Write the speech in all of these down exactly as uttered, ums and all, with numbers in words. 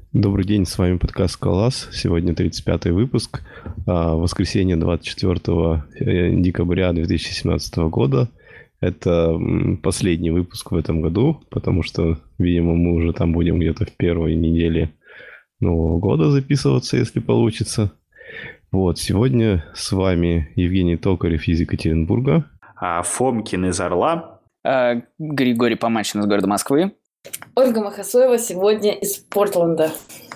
Добрый день, с вами подкаст «Скалас». Сегодня тридцать пятый выпуск, а, воскресенье двадцать четвёртого декабря две тысячи семнадцатого года. Это м, последний выпуск в этом году, потому что, видимо, мы уже там будем где-то в первой неделе Нового года записываться, если получится. Вот, сегодня с вами Евгений Токарев из Екатеринбурга. А Фомкин из Орла. А, Григорий Помачин из города Москвы. Ольга Махасоева сегодня из Портленда.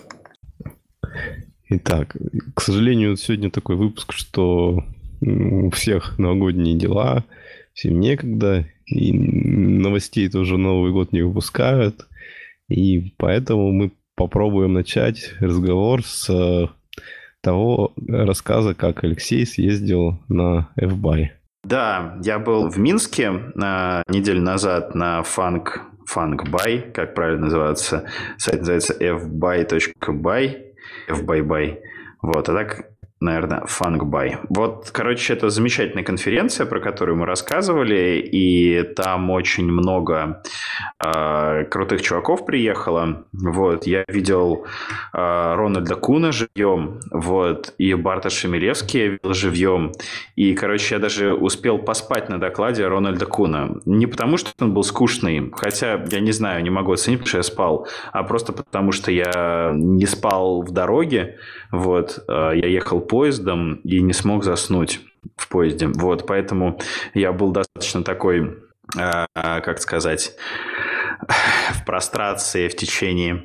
Итак, к сожалению, сегодня такой выпуск, что у всех новогодние дела, всем некогда, и новостей тоже Новый год не выпускают, и поэтому мы попробуем начать разговор с того рассказа, как Алексей съездил на эф бай. Да, я был в Минске а, неделю назад на фанк FunkBuy, как правильно называется, сайт называется эф бай точка бай, эф бай бай, вот, а так, наверное, FunkBuy. Вот, короче, это замечательная конференция, про которую мы рассказывали, и там очень много э, крутых чуваков приехало, вот, я видел э, Рональда Куна живьем, вот, и Барта Шемелевски я видел живьем, и, короче, я даже успел поспать на докладе Рональда Куна, не потому, что он был скучный, хотя, я не знаю, не могу оценить, потому что я спал, а просто потому, что я не спал в дороге, вот, э, я ехал поездом и не смог заснуть в поезде. Вот, поэтому я был достаточно такой, э, как сказать, в прострации в течение...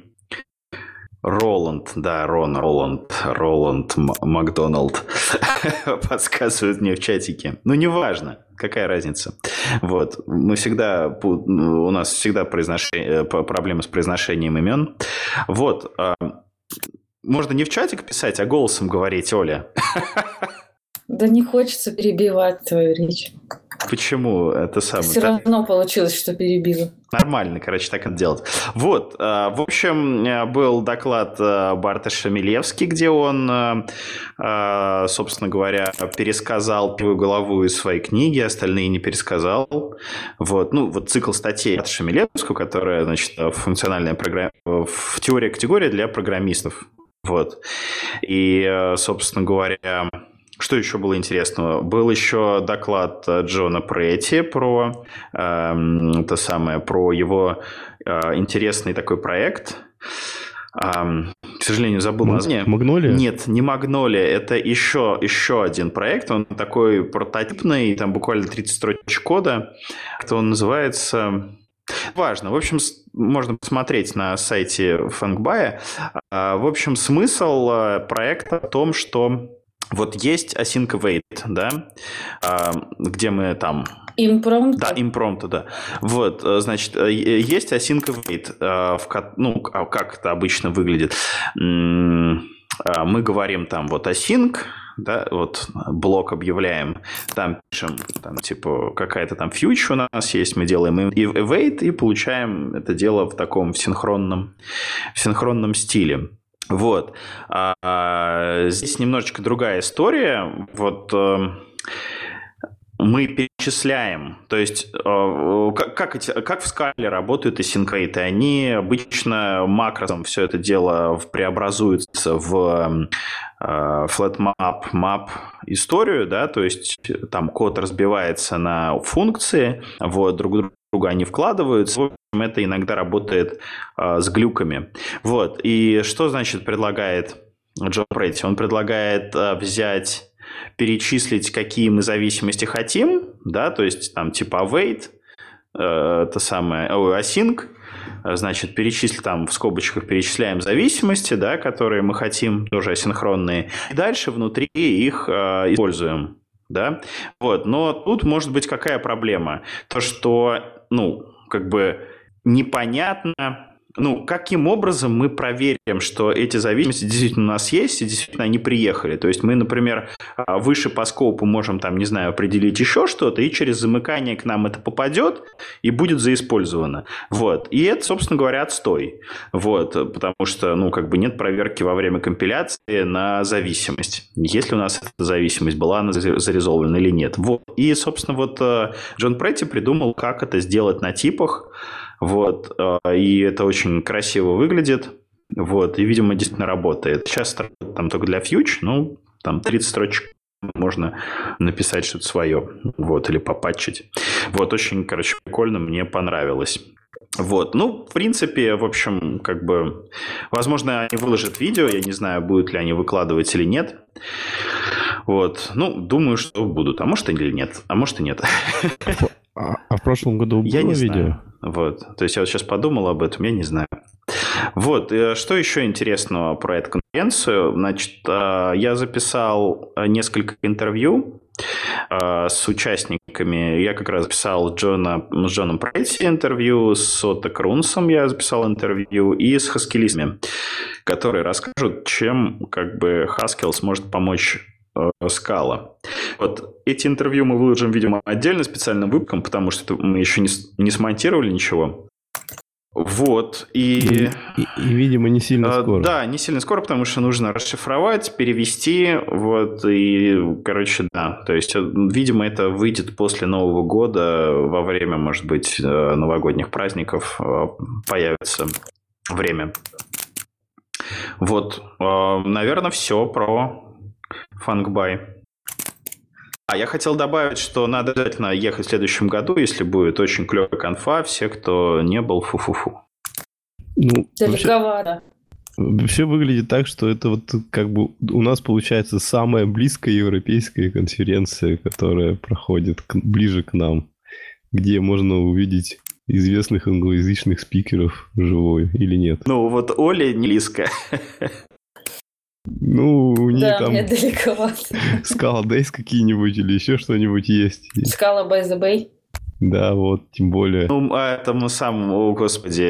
Роланд, да, Рон, Роланд, Роланд Макдоналд подсказывают мне в чатике. Ну, неважно, какая разница. Вот, мы всегда, у нас всегда произношение, проблемы с произношением имен. Вот, можно не в чатик писать, а голосом говорить, Оля. Да не хочется перебивать твою речь. Почему это самое? Все равно получилось, что перебила. Нормально, короче, так надо делать. Вот, в общем, был доклад Барта Шемелевски, где он, собственно говоря, пересказал первую главу из своей книги, остальные не пересказал. Вот, ну, вот цикл статей Барта Шемелевского, которая, значит, функциональная программа, в теория категория для программистов. Вот. И, собственно говоря... Что еще было интересного? Был еще доклад Джона Претти про, э, то самое, про его э, интересный такой проект. Э, к сожалению, забыл название. Магнолия? Нет, не Магнолия. Это еще, еще один проект. Он такой прототипный, там буквально тридцать строчек кода. Как-то он называется... Важно. В общем, можно посмотреть на сайте FunkBuy. В общем, смысл проекта в том, что... Вот есть async await, да, где мы там... Импромт. Да, импромт, да. Вот, значит, есть async await, ну, как это обычно выглядит. Мы говорим там вот async, да, вот блок объявляем, там пишем, там типа какая-то там фьючер у нас есть, мы делаем await и получаем это дело в таком в синхронном, в синхронном стиле. Вот. А, а, здесь немножечко другая история. Вот а, мы перечисляем, то есть а, как, как, эти, как в скале работают async-await. Они обычно макросом все это дело преобразуются в а, flatmap, map историю, да, то есть там код разбивается на функции, вот, друг друга они вкладываются. В общем, это иногда работает а, с глюками. Вот. И что, значит, предлагает Джон Претти? Он предлагает а, взять, перечислить, какие мы зависимости хотим, да, то есть там типа await, э, это самое, oh, async, значит, перечислить там в скобочках перечисляем зависимости, да, которые мы хотим, тоже асинхронные, и дальше внутри их э, используем. Да? Вот. Но тут может быть какая проблема? То, что, ну, как бы непонятно, ну, каким образом мы проверим, что эти зависимости действительно у нас есть и действительно они приехали. То есть мы, например, выше по скопу можем, там, не знаю, определить еще что-то, и через замыкание к нам это попадет и будет заиспользовано. Вот. И это, собственно говоря, отстой. Вот. Потому что, ну, как бы нет проверки во время компиляции на зависимость. Если у нас эта зависимость была она зарезолвлена или нет. Вот. И, собственно, вот Джон Претти придумал, как это сделать на типах. Вот, и это очень красиво выглядит. Вот, и, видимо, действительно работает. Сейчас там только для фьюч, ну, там тридцать строчек можно написать что-то свое, вот, или попатчить. Вот, очень, короче, прикольно, мне понравилось. Вот, ну, в принципе, в общем, как бы, возможно, они выложат видео, я не знаю, будут ли они выкладывать или нет. Вот, ну, думаю, что будут, а может или нет, а может и нет. А, а в прошлом году было я не видео? Знаю. Вот, то есть я вот сейчас подумал об этом, я не знаю. Вот, что еще интересного про эту конференцию? Значит, я записал несколько интервью с участниками. Я как раз записал Джона, с Джоном Прайси интервью, с Отто Крунсом я записал интервью и с хаскилистами, которые расскажут, чем как бы Haskell сможет помочь Scala. Вот эти интервью мы выложим, видимо, отдельно специальным выпуском, потому что мы еще не, не смонтировали ничего. Вот, и... И, и, и, видимо, не сильно а, скоро. Да, не сильно скоро, потому что нужно расшифровать, перевести, вот, и, короче, да. То есть, видимо, это выйдет после Нового года, во время, может быть, новогодних праздников появится время. Вот, наверное, все про FunkBuy. А я хотел добавить, что надо обязательно ехать в следующем году, если будет очень клевая конфа. Все, кто не был, фу-фу-фу. Ну, далековато. Вообще, все выглядит так, что это вот как бы у нас получается самая близкая европейская конференция, которая проходит к, ближе к нам, где можно увидеть известных англоязычных спикеров вживую или нет. Ну, вот Оля не близко. Ну, у них да, там мне далековато. Scala Days какие-нибудь или еще что-нибудь есть. Scala by the Bay. Да, вот, тем более. Ну, а этому самому, господи...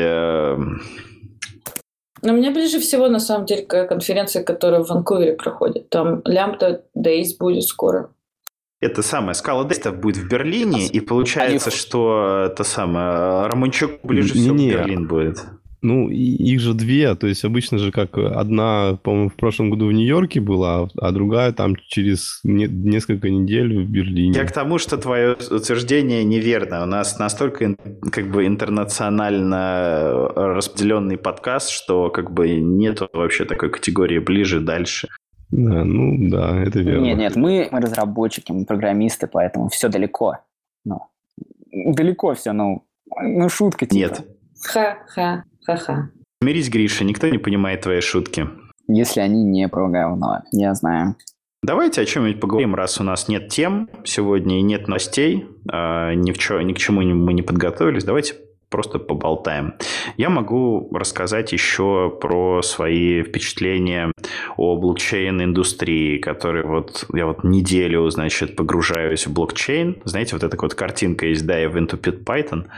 Но мне ближе всего, на самом деле, конференция, которая в Ванкувере проходит. Там Lambda Days будет скоро. Это самое, Scala Days будет в Берлине, и получается, Они... что это самое, Романчук ближе всего в Берлин будет. Ну, их же две, то есть обычно же как одна, по-моему, в прошлом году в Нью-Йорке была, а другая там через не- несколько недель в Берлине. Я к тому, что твое утверждение неверно. У нас настолько как бы интернационально распределенный подкаст, что как бы нет вообще такой категории ближе, дальше. Да, ну да, это верно. Нет, нет, мы, мы разработчики, мы программисты, поэтому все далеко. Ну, далеко все, ну, ну шутка типа. Нет. Ха-ха. Ха-ха. Смирись, Гриша, никто не понимает твои шутки. Если они не про говно, я знаю. Давайте о чем-нибудь поговорим, раз у нас нет тем сегодня и нет новостей, э, ни, в чё, ни к чему мы не подготовились. Давайте просто поболтаем. Я могу рассказать еще про свои впечатления о блокчейн-индустрии, которые вот я вот неделю, значит, погружаюсь в блокчейн. Знаете, вот эта вот картинка есть Dive into Python.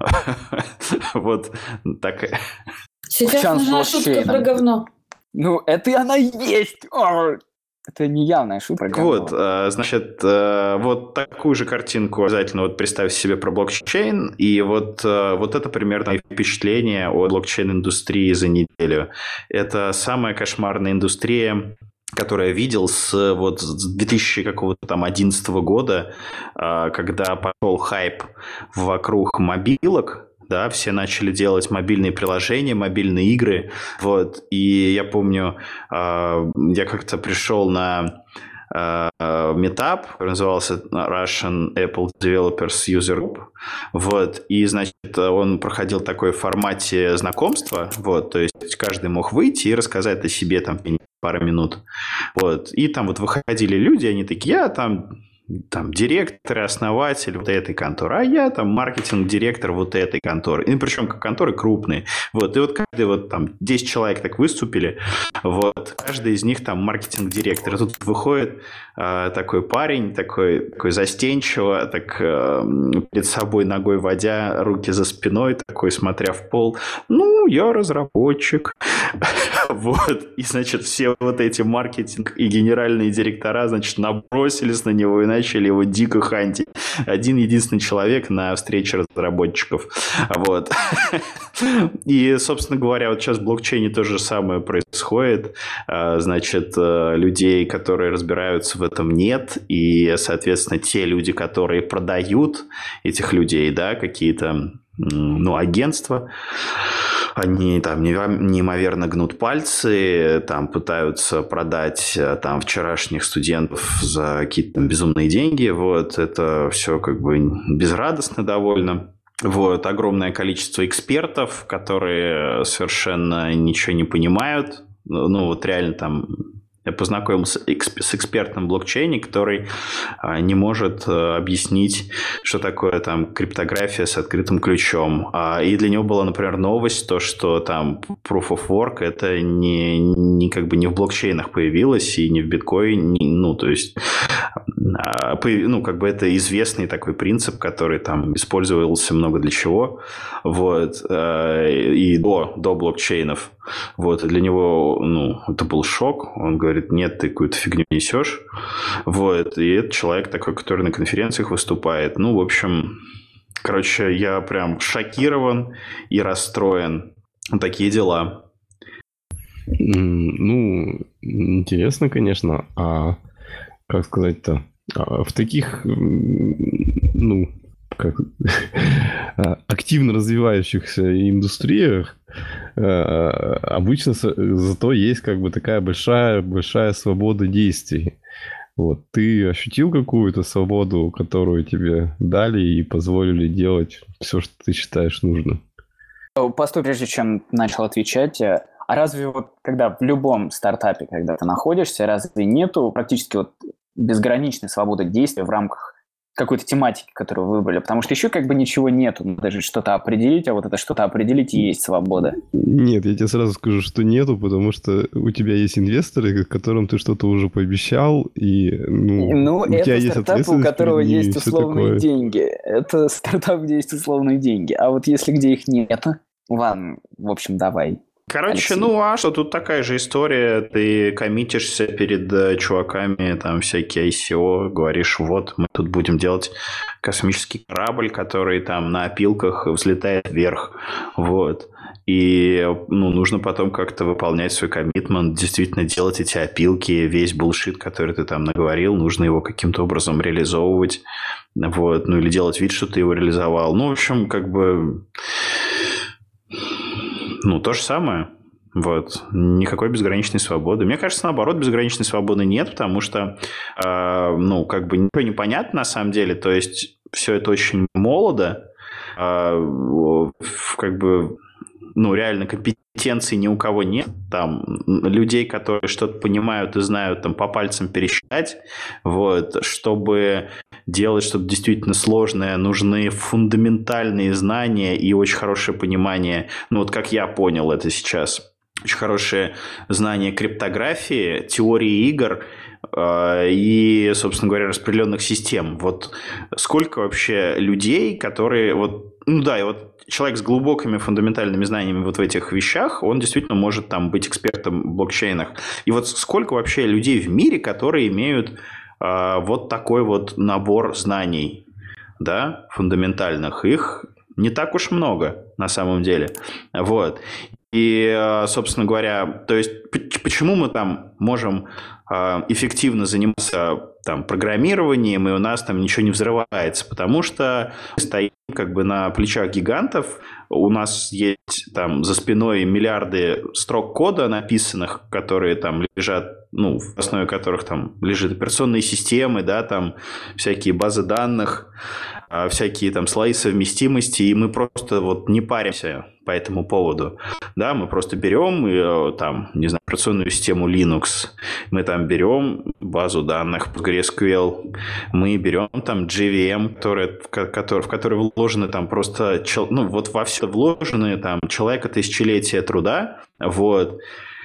Вот так. Сейчас нужна шутка про говно. Ну, это и она есть! Это не явная шутка. Вот, значит, вот такую же картинку обязательно вот представь себе про блокчейн, и вот, вот это примерно впечатление от блокчейн-индустрии за неделю. Это самая кошмарная индустрия, которую я видел с, вот, с две тысячи одиннадцатого года, когда пошел хайп вокруг мобилок. Да, все начали делать мобильные приложения, мобильные игры. Вот. И я помню, э, я как-то пришел на э, meetup, назывался Russian Apple Developers User Group. Вот. И, значит, он проходил в такой формате знакомства. Вот. То есть каждый мог выйти и рассказать о себе там пару минут. Вот. И там вот выходили люди, они такие, я там... там директор и основатель вот этой конторы, а я там маркетинг-директор вот этой конторы. И причем конторы крупные. Вот. И вот каждый вот там десять человек так выступили. Вот. Каждый из них там маркетинг-директор. И тут выходит э, такой парень, такой, такой застенчиво, так э, перед собой ногой водя, руки за спиной, такой смотря в пол. Ну, я разработчик. Вот. И, значит, все вот эти маркетинг и генеральные директора, значит, набросились на него и начали его дико хантить. Один единственный человек на встрече разработчиков. Вот. И, собственно говоря, вот сейчас в блокчейне то же самое происходит. Значит, людей, которые разбираются в этом, нет. И, соответственно, те люди, которые продают этих людей, да, какие-то, ну, агентства, Они там неимоверно гнут пальцы, там пытаются продать там вчерашних студентов за какие-то там безумные деньги. Вот, это все как бы безрадостно довольно. Вот, огромное количество экспертов, которые совершенно ничего не понимают. Ну, вот реально там... Я познакомился с экспертом в блокчейне, который не может объяснить, что такое там криптография с открытым ключом. И для него была, например, новость, то, что там Proof of Work это не, не, как бы не в блокчейнах появилось и не в биткоине. Ну, то есть, ну, как бы это известный такой принцип, который там использовался много для чего. Вот. И до, до блокчейнов. Вот, и для него, ну, это был шок. Он говорит, нет, ты какую-то фигню несешь. Вот, и это человек такой, который на конференциях выступает. Ну, в общем, короче, я прям шокирован и расстроен. Такие дела. Ну, интересно, конечно. А как сказать-то? В таких, ну, как активно развивающихся индустриях обычно зато есть как бы такая большая большая свобода действий. Вот ты ощутил какую-то свободу, которую тебе дали и позволили делать все, что ты считаешь нужным? Постой, прежде чем начал отвечать. А разве вот когда в любом стартапе, когда ты находишься, разве нету практически вот безграничной свободы действия в рамках какой-то тематики, которую вы выбрали? Потому что еще как бы ничего нету, даже что-то определить, а вот это что-то определить и есть свобода. Нет, я тебе сразу скажу, что нету, потому что у тебя есть инвесторы, которым ты что-то уже пообещал, и ну, ну у это тебя есть стартап, у которого ними, есть условные деньги. Это стартап, где есть условные деньги. А вот если где их нету, ладно, в общем, давай. Короче, Алексей. ну а что, тут такая же история, ты коммитишься перед э, чуваками, там всякие ай си о, говоришь, вот, мы тут будем делать космический корабль, который там на опилках взлетает вверх, вот, и, ну, нужно потом как-то выполнять свой коммитмент, действительно делать эти опилки, весь булшит, который ты там наговорил, нужно его каким-то образом реализовывать, вот, ну, или делать вид, что ты его реализовал, ну, в общем, как бы... Ну, то же самое. Вот. Никакой безграничной свободы. Мне кажется, наоборот, безграничной свободы нет, потому что, э, ну, как бы ничего не понятно на самом деле. То есть, все это очень молодо. Э, как бы, ну, реально компетенции ни у кого нет. Там людей, которые что-то понимают и знают, там, по пальцам пересчитать. Вот. Чтобы делать что-то действительно сложное, нужны фундаментальные знания и очень хорошее понимание. Ну, вот как я понял это сейчас. Очень хорошее знание криптографии, теории игр э, и, собственно говоря, распределенных систем. Вот сколько вообще людей, которые... Вот, ну да, и вот человек с глубокими фундаментальными знаниями вот в этих вещах, он действительно может там быть экспертом в блокчейнах. И вот сколько вообще людей в мире, которые имеют э, вот такой вот набор знаний, да, фундаментальных. Их не так уж много на самом деле. Вот. И, собственно говоря, то есть почему мы там можем эффективно заниматься там программированием, и у нас там ничего не взрывается? Потому что мы стоим как бы на плечах гигантов, у нас есть там за спиной миллиарды строк кода написанных, которые там лежат, ну, в основе которых там лежат операционные системы, да, там всякие базы данных, всякие там слои совместимости, и мы просто вот не паримся по этому поводу. Да, мы просто берем и, там, не знаю, операционную систему Linux, мы там берем базу данных PostgreSQL, мы берем там джей ви эм, который, в который, в который вложены там просто, ну, вот во все вложены там человека тысячелетия труда, вот,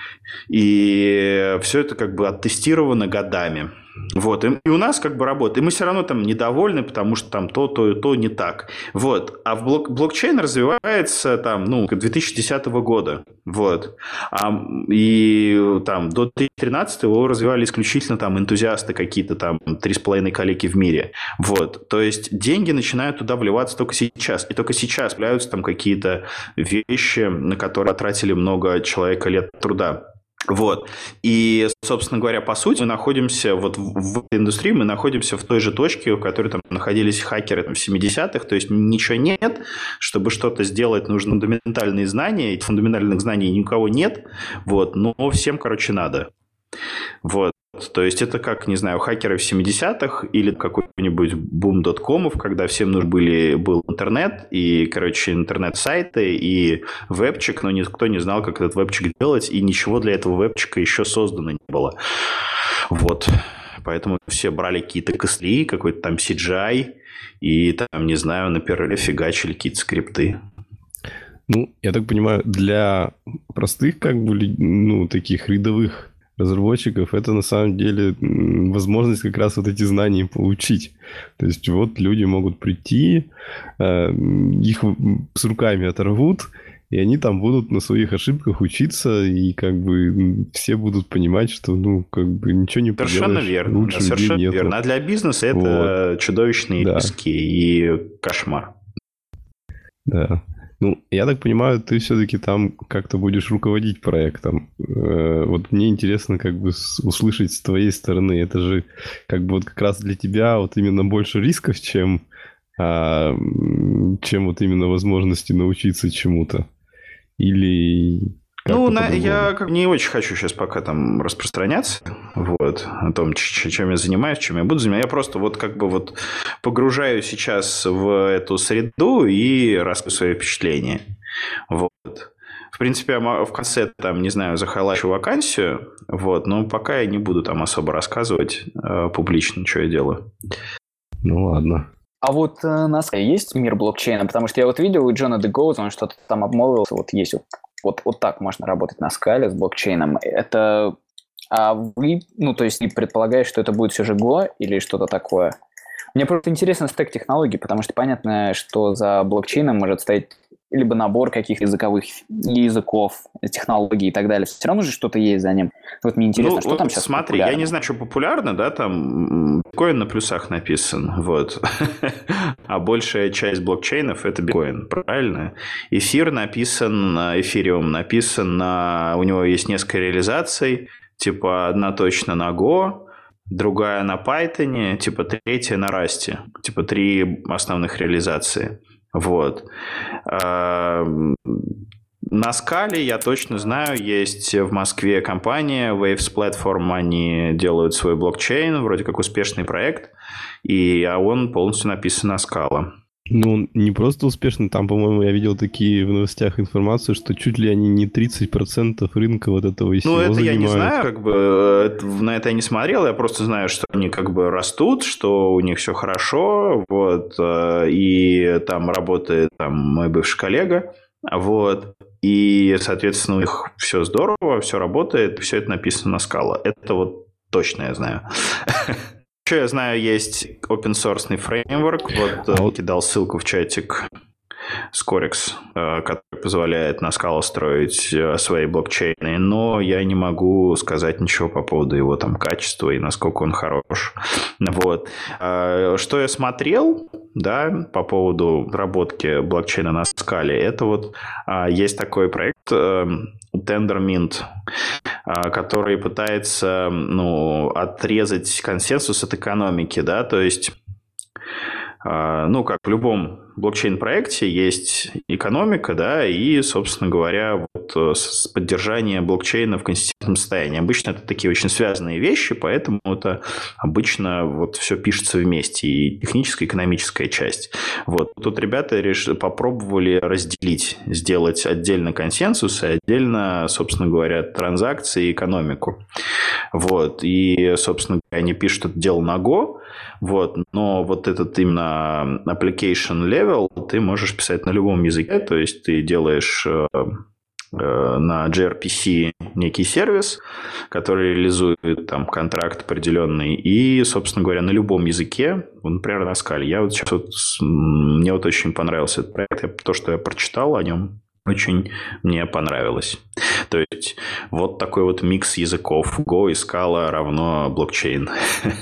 и все это как бы оттестировано годами. Вот, и, и у нас как бы работает. И мы все равно там недовольны, потому что там то, то и то не так. Вот. А в блок, блокчейн развивается там, ну, две тысячи десятого года. Вот. А, и там до две тысячи тринадцатого его развивали исключительно там энтузиасты какие-то там, три с половиной коллеги в мире. Вот. То есть деньги начинают туда вливаться только сейчас. И только сейчас появляются там какие-то вещи, на которые потратили много человека лет труда. Вот. И, собственно говоря, по сути, мы находимся вот в, в этой индустрии, мы находимся в той же точке, в которой там находились хакеры там, в семидесятых, то есть ничего нет, чтобы что-то сделать, нужны фундаментальные знания, и фундаментальных знаний ни у кого нет, вот, но всем, короче, надо. Вот. То есть это как, не знаю, хакеры в семидесятых или какой-нибудь бум точка комов, когда всем нужен были, был интернет и, короче, интернет-сайты и вебчик, но никто не знал, как этот вебчик делать, и ничего для этого вебчика еще создано не было. Вот. Поэтому все брали какие-то костыли, какой-то там си джи ай и там, не знаю, на перле фигачили какие-то скрипты. Ну, я так понимаю, для простых, как бы, ну, таких рядовых разработчиков это на самом деле возможность как раз вот эти знания получить. То есть вот люди могут прийти, их с руками оторвут, и они там будут на своих ошибках учиться, и как бы все будут понимать, что ну как бы ничего не поделаешь. Совершенно верно. Лучше Совершенно нету. верно. А для бизнеса это вот. Чудовищные да. риски и кошмар. Да. Ну, я так понимаю, ты все-таки там как-то будешь руководить проектом. Вот мне интересно как бы услышать с твоей стороны. Это же как бы вот как раз для тебя вот именно больше рисков, чем, чем вот именно возможности научиться чему-то. Или... Ну, на, я как не очень хочу сейчас пока там распространяться вот, о том, чем я занимаюсь, чем я буду заниматься. Я просто вот как бы вот погружаюсь сейчас в эту среду и рассказываю свои впечатления. Вот. В принципе, я в конце там, не знаю, захайлачу вакансию, вот, но пока я не буду там особо рассказывать э, публично, что я делаю. Ну, ладно. А вот э, на скале есть мир блокчейна? Потому что я вот видел у Джона Дегоуза, он что-то там обмолвился, вот есть вот Вот, вот так можно работать на скале с блокчейном. Это... А вы, ну, то есть, предполагаешь, что это будет все же Go или что-то такое? Мне просто интересен стек технологий, потому что понятно, что за блокчейном может стоять либо набор каких-то языковых языков, технологий и так далее. Все равно же что-то есть за ним. Вот мне интересно, ну, что вот там сейчас смотри, популярно? Я не знаю, что популярно, да, там биткоин на плюсах написан, вот. А большая часть блокчейнов – это биткоин, правильно? Эфир написан, эфириум написан, на... у него есть несколько реализаций, типа одна точно на Go, другая на Python, типа третья на Rust, типа три основных реализации. Вот. На скале, я точно знаю, есть в Москве компания Waves Platform, они делают свой блокчейн, вроде как успешный проект, и а он полностью написан на скала. Ну, он не просто успешный, там, по-моему, я видел такие в новостях информацию, что чуть ли они не тридцать процентов рынка вот этого и всего Ну, это занимают. Я не знаю, как бы, на это я не смотрел, я просто знаю, что они как бы растут, что у них все хорошо, вот, и там работает там мой бывший коллега, вот, и, соответственно, у них все здорово, все работает, все это написано на скала. Это вот точно я знаю. Еще я знаю, есть open-source фреймворк, вот а вот кидал ссылку в чатик, Scorex, который позволяет на скалу строить свои блокчейны, но я не могу сказать ничего по поводу его там качества и насколько он хорош. Вот. Что я смотрел, да, по поводу разработки блокчейна на скале, это вот есть такой проект Tendermint, который пытается, ну, отрезать консенсус от экономики, да, то есть, ну, как в любом блокчейн-проекте есть экономика, да, и, собственно говоря, вот с поддержанием блокчейна в консистентном состоянии. Обычно это такие очень связанные вещи, поэтому это обычно вот все пишется вместе, и техническая, и экономическая часть. Вот. Тут ребята решили, попробовали разделить, сделать отдельно консенсус и отдельно, собственно говоря, транзакции и экономику. Вот. И, собственно говоря, они пишут это дело на Go, вот, но вот этот именно application level ты можешь писать на любом языке, то есть ты делаешь э, э, на джей ар пи си некий сервис, который реализует там контракт определенный, и, собственно говоря, на любом языке, например, на скале. Я вот сейчас вот, мне вот очень понравился этот проект, я, то, что я прочитал о нем, очень мне понравилось. То есть вот такой вот микс языков. Go и Scala равно блокчейн.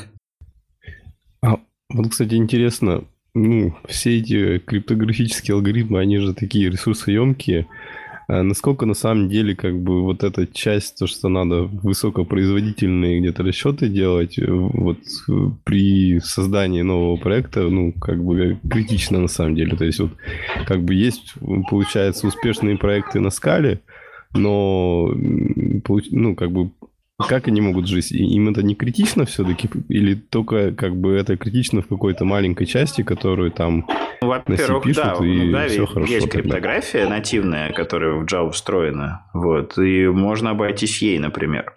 А вот, кстати, интересно, ну, все эти криптографические алгоритмы, они же такие ресурсоемкие. А насколько на самом деле как бы вот эта часть, то, что надо высокопроизводительные где-то расчеты делать, вот при создании нового проекта, ну, как бы критично на самом деле. То есть вот как бы есть, получается, успешные проекты на скале, но, ну, как бы как они могут жить? Им это не критично все-таки? Или только как бы это критично в какой-то маленькой части, которую там во-первых, пишут, да, и да, все есть хорошо есть тогда. криптография нативная, которая в Java встроена. Вот, и можно обойтись ей, например.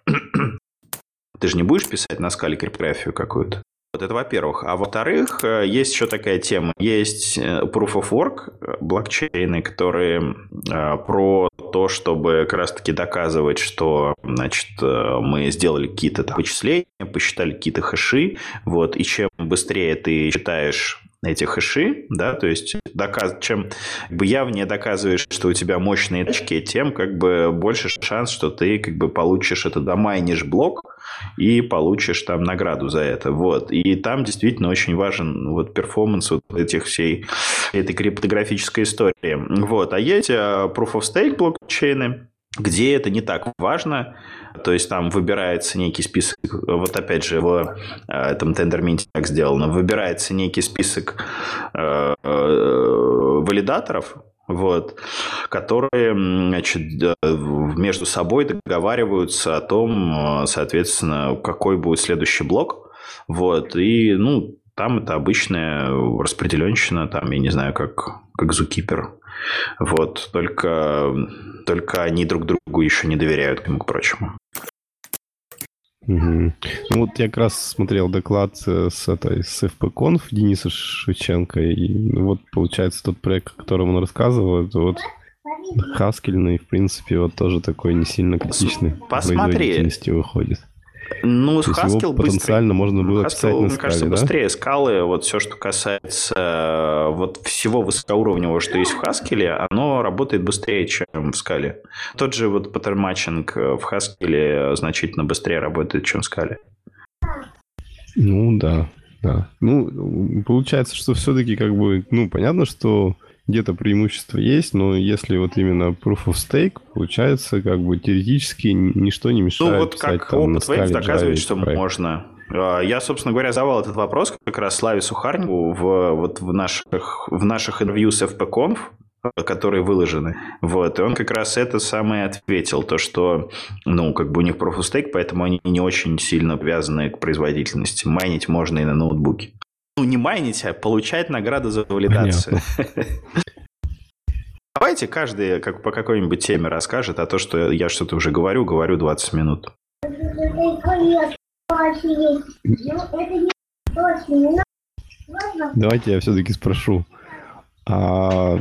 Ты же не будешь писать на скале криптографию какую-то? Вот это во-первых. А во-вторых, есть еще такая тема. Есть Proof of Work блокчейны, которые про то, чтобы как раз-таки доказывать, что, значит, мы сделали какие-то там вычисления, посчитали какие-то хэши, вот, и чем быстрее ты считаешь эти хэши, да, то есть доказ... чем как бы явнее доказываешь, что у тебя мощные тачки, тем как бы больше шанс, что ты как бы получишь это, домайнишь блок и получишь там награду за это, вот. И там действительно очень важен вот перформанс вот этих всей этой криптографической истории, вот. А есть Proof of Stake блокчейны, где это не так важно, то есть там выбирается некий список, вот опять же в этом TenderMint так сделано, выбирается некий список э, э, валидаторов, вот, которые, значит, между собой договариваются о том, соответственно, какой будет следующий блок, вот, и, ну, там это обычная распределенщина, там, я не знаю, как, как Zookeeper. Вот, только, только они друг другу еще не доверяют, к прочему. Угу. Ну вот я как раз смотрел доклад с, этой, с эф пи конф Дениса Шевченко, и вот получается тот проект, о котором он рассказывал, это вот хаскельный, в принципе, вот тоже такой не сильно критичный производительности выходит. Ну, с Haskell потенциально быстрее. Можно было Haskell, писать на мне скале, кажется, да? быстрее скалы. Вот все, что касается вот всего высокоуровневого, что есть в Haskell, оно работает быстрее, чем в скале. Тот же вот паттерн-матчинг в Haskell значительно быстрее работает, чем в скале. Ну, да, да. Ну, получается, что все-таки как бы, ну, понятно, что где-то преимущество есть, но если вот именно Proof of Stake, получается, как бы теоретически ничто не мешает. Ну, вот писать, как там, опыт Waves доказывает, что проект. можно. Я, собственно говоря, задавал этот вопрос как раз Славе Сухарнику в, вот в, наших, в наших интервью с эф пи конф, которые выложены. Вот. И он как раз это самое ответил. То, что, ну, как бы у них Proof of Stake, поэтому они не очень сильно привязаны к производительности. Майнить можно и на ноутбуке. Ну, не майнить, а получать награду за валидацию. Давайте каждый как, по какой-нибудь теме расскажет, а то, что я что-то уже говорю, говорю двадцать минут. Давайте я все-таки спрошу. А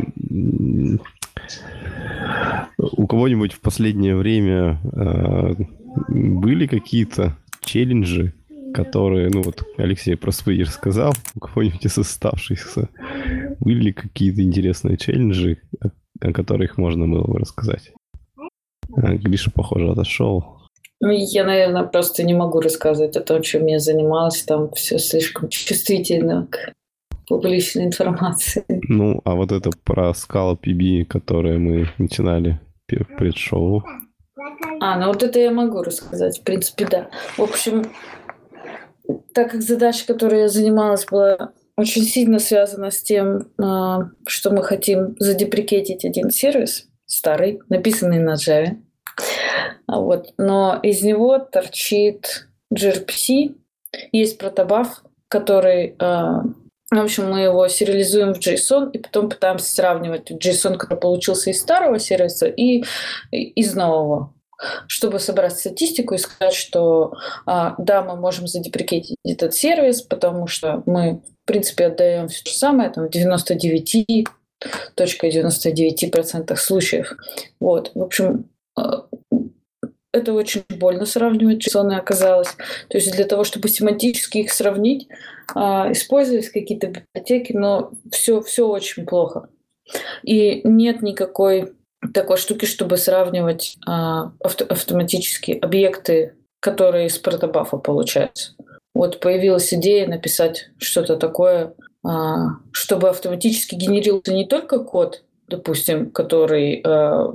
у кого-нибудь в последнее время а, были какие-то челленджи, которые, ну вот Алексей про свои рассказал, у кого-нибудь из оставшихся были какие-то интересные челленджи, о, о которых можно было бы рассказать? А, Гриша, похоже, отошел. Ну, я, наверное, просто не могу рассказывать о том, чем я занималась. Там все слишком чувствительно к публичной информации. Ну, а вот это про Scala пи би, которое мы начинали в предшоу. А, ну вот это я могу рассказать. В принципе, да. В общем, так как задача, которой я занималась, была очень сильно связана с тем, что мы хотим задеприкетить один сервис, старый, написанный на Java. Вот. Но из него торчит джей ар пи си. Есть протобаф, который... В общем, мы его сериализуем в JSON и потом пытаемся сравнивать JSON, который получился из старого сервиса, и из нового, чтобы собрать статистику и сказать, что да, мы можем задеприкетить этот сервис, потому что мы, в принципе, отдаем все то же самое, там, в девяносто девять целых девяносто девять процентов случаев. Вот. В общем, это очень больно сравнивать JSON оказалось. То есть для того, чтобы семантически их сравнить, использовались какие-то библиотеки, но все, все очень плохо. И нет никакой такой штуки, чтобы сравнивать авто- автоматически объекты, которые из протобафа получаются. Вот появилась идея написать что-то такое, чтобы автоматически генерировался не только код, допустим, который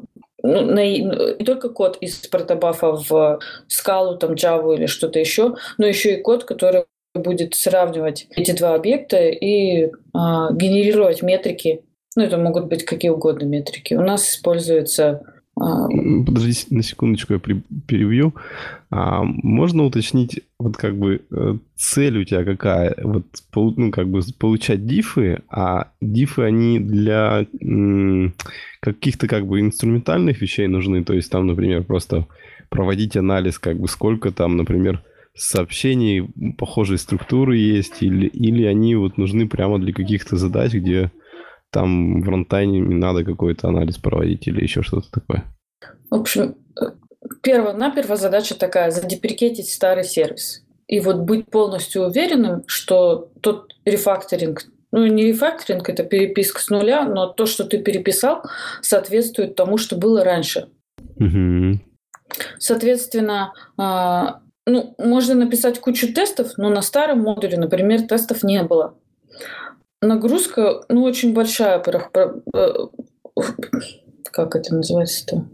ну, на, не только код из протобафа в скалу, там, Java или что-то еще, но еще и код, который будет сравнивать эти два объекта и а, генерировать метрики. Ну, это могут быть какие угодно метрики. У нас используется... А... Подожди на секундочку, я перебью. А, можно уточнить, вот как бы цель у тебя какая? Вот, ну, как бы получать дифы, а дифы, они для м, каких-то как бы инструментальных вещей нужны. То есть там, например, просто проводить анализ, как бы сколько там, например, сообщений похожей структуры есть, или, или они вот нужны прямо для каких-то задач, где там в рантайме надо какой-то анализ проводить или еще что-то такое? В общем, перво-наперво задача такая – задеприкетить старый сервис. И вот быть полностью уверенным, что тот рефакторинг, ну не рефакторинг, это переписка с нуля, но то, что ты переписал, соответствует тому, что было раньше. Угу. Соответственно, ну, можно написать кучу тестов, но на старом модуле, например, тестов не было. Нагрузка, ну, очень большая. Как это называется-то?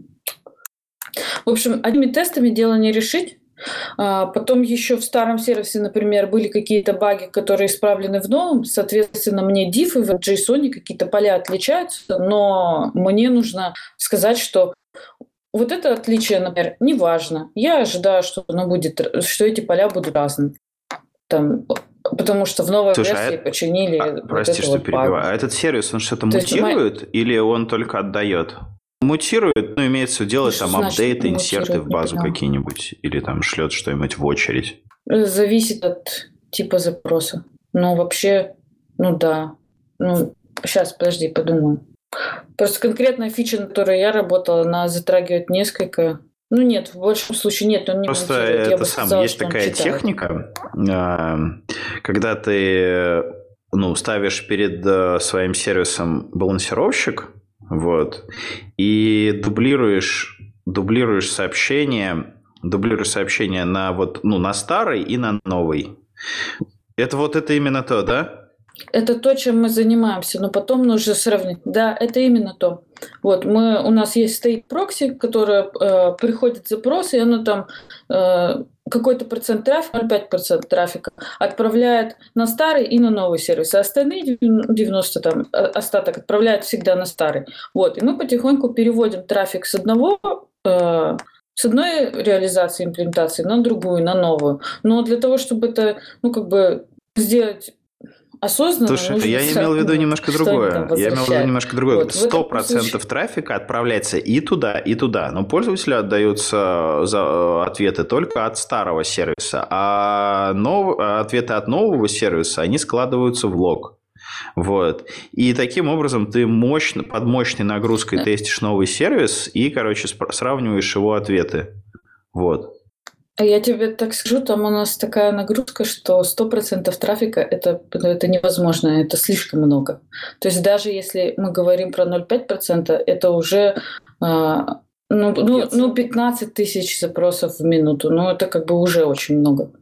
В общем, одними тестами дело не решить. А потом еще в старом сервисе, например, были какие-то баги, которые исправлены в новом. Соответственно, мне дифы в JSON какие-то поля отличаются, но мне нужно сказать, что вот это отличие, например, не важно. Я ожидаю, что оно будет, что эти поля будут разные. Там, потому что в новой Слушай, версии а, починили. А, вот прости, это что вот перебиваю. баг. А этот сервис, он что-то То есть мутирует или он только отдает? Мутирует, ну, имеется в виду, делает Что там значит апдейты, инсерты мутирует? в Не базу поняла. какие-нибудь, или там шлет что-нибудь в очередь. Зависит от типа запроса. Но вообще, ну да. Ну, сейчас, подожди, подумаю. Просто конкретная фича, на которой я работала, она затрагивает несколько... Ну нет, в большем случае нет, он не Просто монтирует. Я это бы сам, сказала, есть что он такая читает. техника, а, когда ты, ну, ставишь перед а, своим сервисом балансировщик, вот, и дублируешь, дублируешь сообщение, дублируешь сообщение на вот, ну, на старый и на новый. Это вот это именно то, да? Это то, чем мы занимаемся, но потом нужно сравнить. Да, это именно то. Вот мы, у нас есть state proxy, которая э, приходит запрос, и оно там э, какой-то процент трафика, ноль целых пять десятых процента трафика отправляет на старый и на новый сервис. А остальные девяносто там, остаток отправляет всегда на старый. Вот. И мы потихоньку переводим трафик с одного э, с одной реализации имплементации на другую, на новую. Но для того, чтобы это, ну, как бы сделать осознанно, Слушай, нужно я имел в виду немножко другое. Я имел в виду немножко другое. Вот, Сто процентов случае... трафика отправляется и туда, и туда. Но пользователю отдаются за ответы только от старого сервиса, а нов... ответы от нового сервиса, они складываются в лог. Вот. И таким образом ты мощно, под мощной нагрузкой тестишь новый сервис и, короче, сравниваешь его ответы. Вот. А я тебе так скажу, там у нас такая нагрузка, что сто процентов трафика это, это невозможно, это слишком много. То есть даже если мы говорим про ноль целых пять десятых процента, это уже а, ну, ну, ну, пятнадцать тысяч запросов в минуту. Ну, это как бы уже очень много.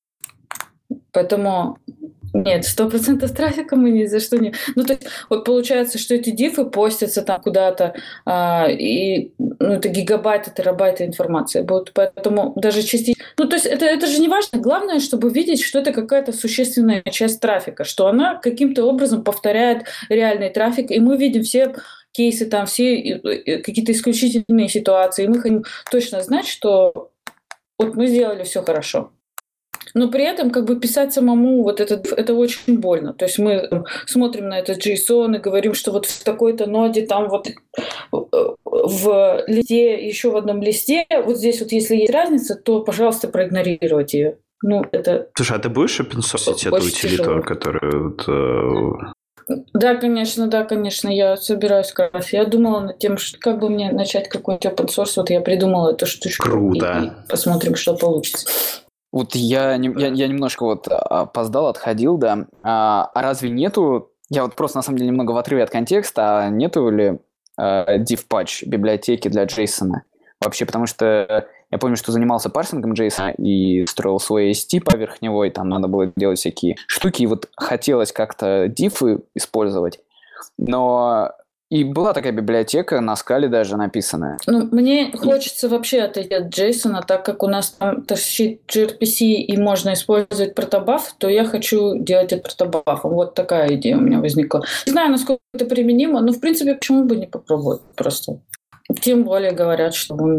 Поэтому нет, сто процентов трафика мы ни за что не... Ну, то есть, вот получается, что эти дифы постятся там куда-то, а, и ну, это гигабайты, терабайты информации будут. Поэтому даже частично... Ну, то есть, это, это же не важно. Главное, чтобы видеть, что это какая-то существенная часть трафика, что она каким-то образом повторяет реальный трафик, и мы видим все кейсы, там, все какие-то исключительные ситуации, и мы хотим точно знать, что вот мы сделали все хорошо. Но при этом как бы писать самому вот это, это очень больно. То есть мы смотрим на этот JSON и говорим, что вот в такой-то ноде, там вот в листе, еще в одном листе, вот здесь вот если есть разница, то, пожалуйста, проигнорировать ее. Ну, это... Слушай, а ты будешь опенсорсить эту утилиту, которую... Вот, э... Да, конечно, да, конечно, я собираюсь как раз. Я думала над тем, что как бы мне начать какой-нибудь open source. Вот я придумала эту штучку. Круто. И, и посмотрим, что получится. Вот я, я, я немножко вот опоздал, отходил, да. А, а разве нету, я вот просто на самом деле немного в отрыве от контекста, а нету ли э, div-patch библиотеки для JSON? Вообще, потому что я помню, что занимался парсингом JSON и строил свой эс ти поверх него, и там надо было делать всякие штуки, и вот хотелось как-то дифы использовать, но И была такая библиотека, на скале даже написанная. Ну, мне хочется вообще отойти от JSON, так как у нас там тащит джей ар пи си и можно использовать протобаф, то я хочу делать это протобафом. Вот такая идея у меня возникла. Не знаю, насколько это применимо, но, в принципе, почему бы не попробовать просто. Тем более говорят, что он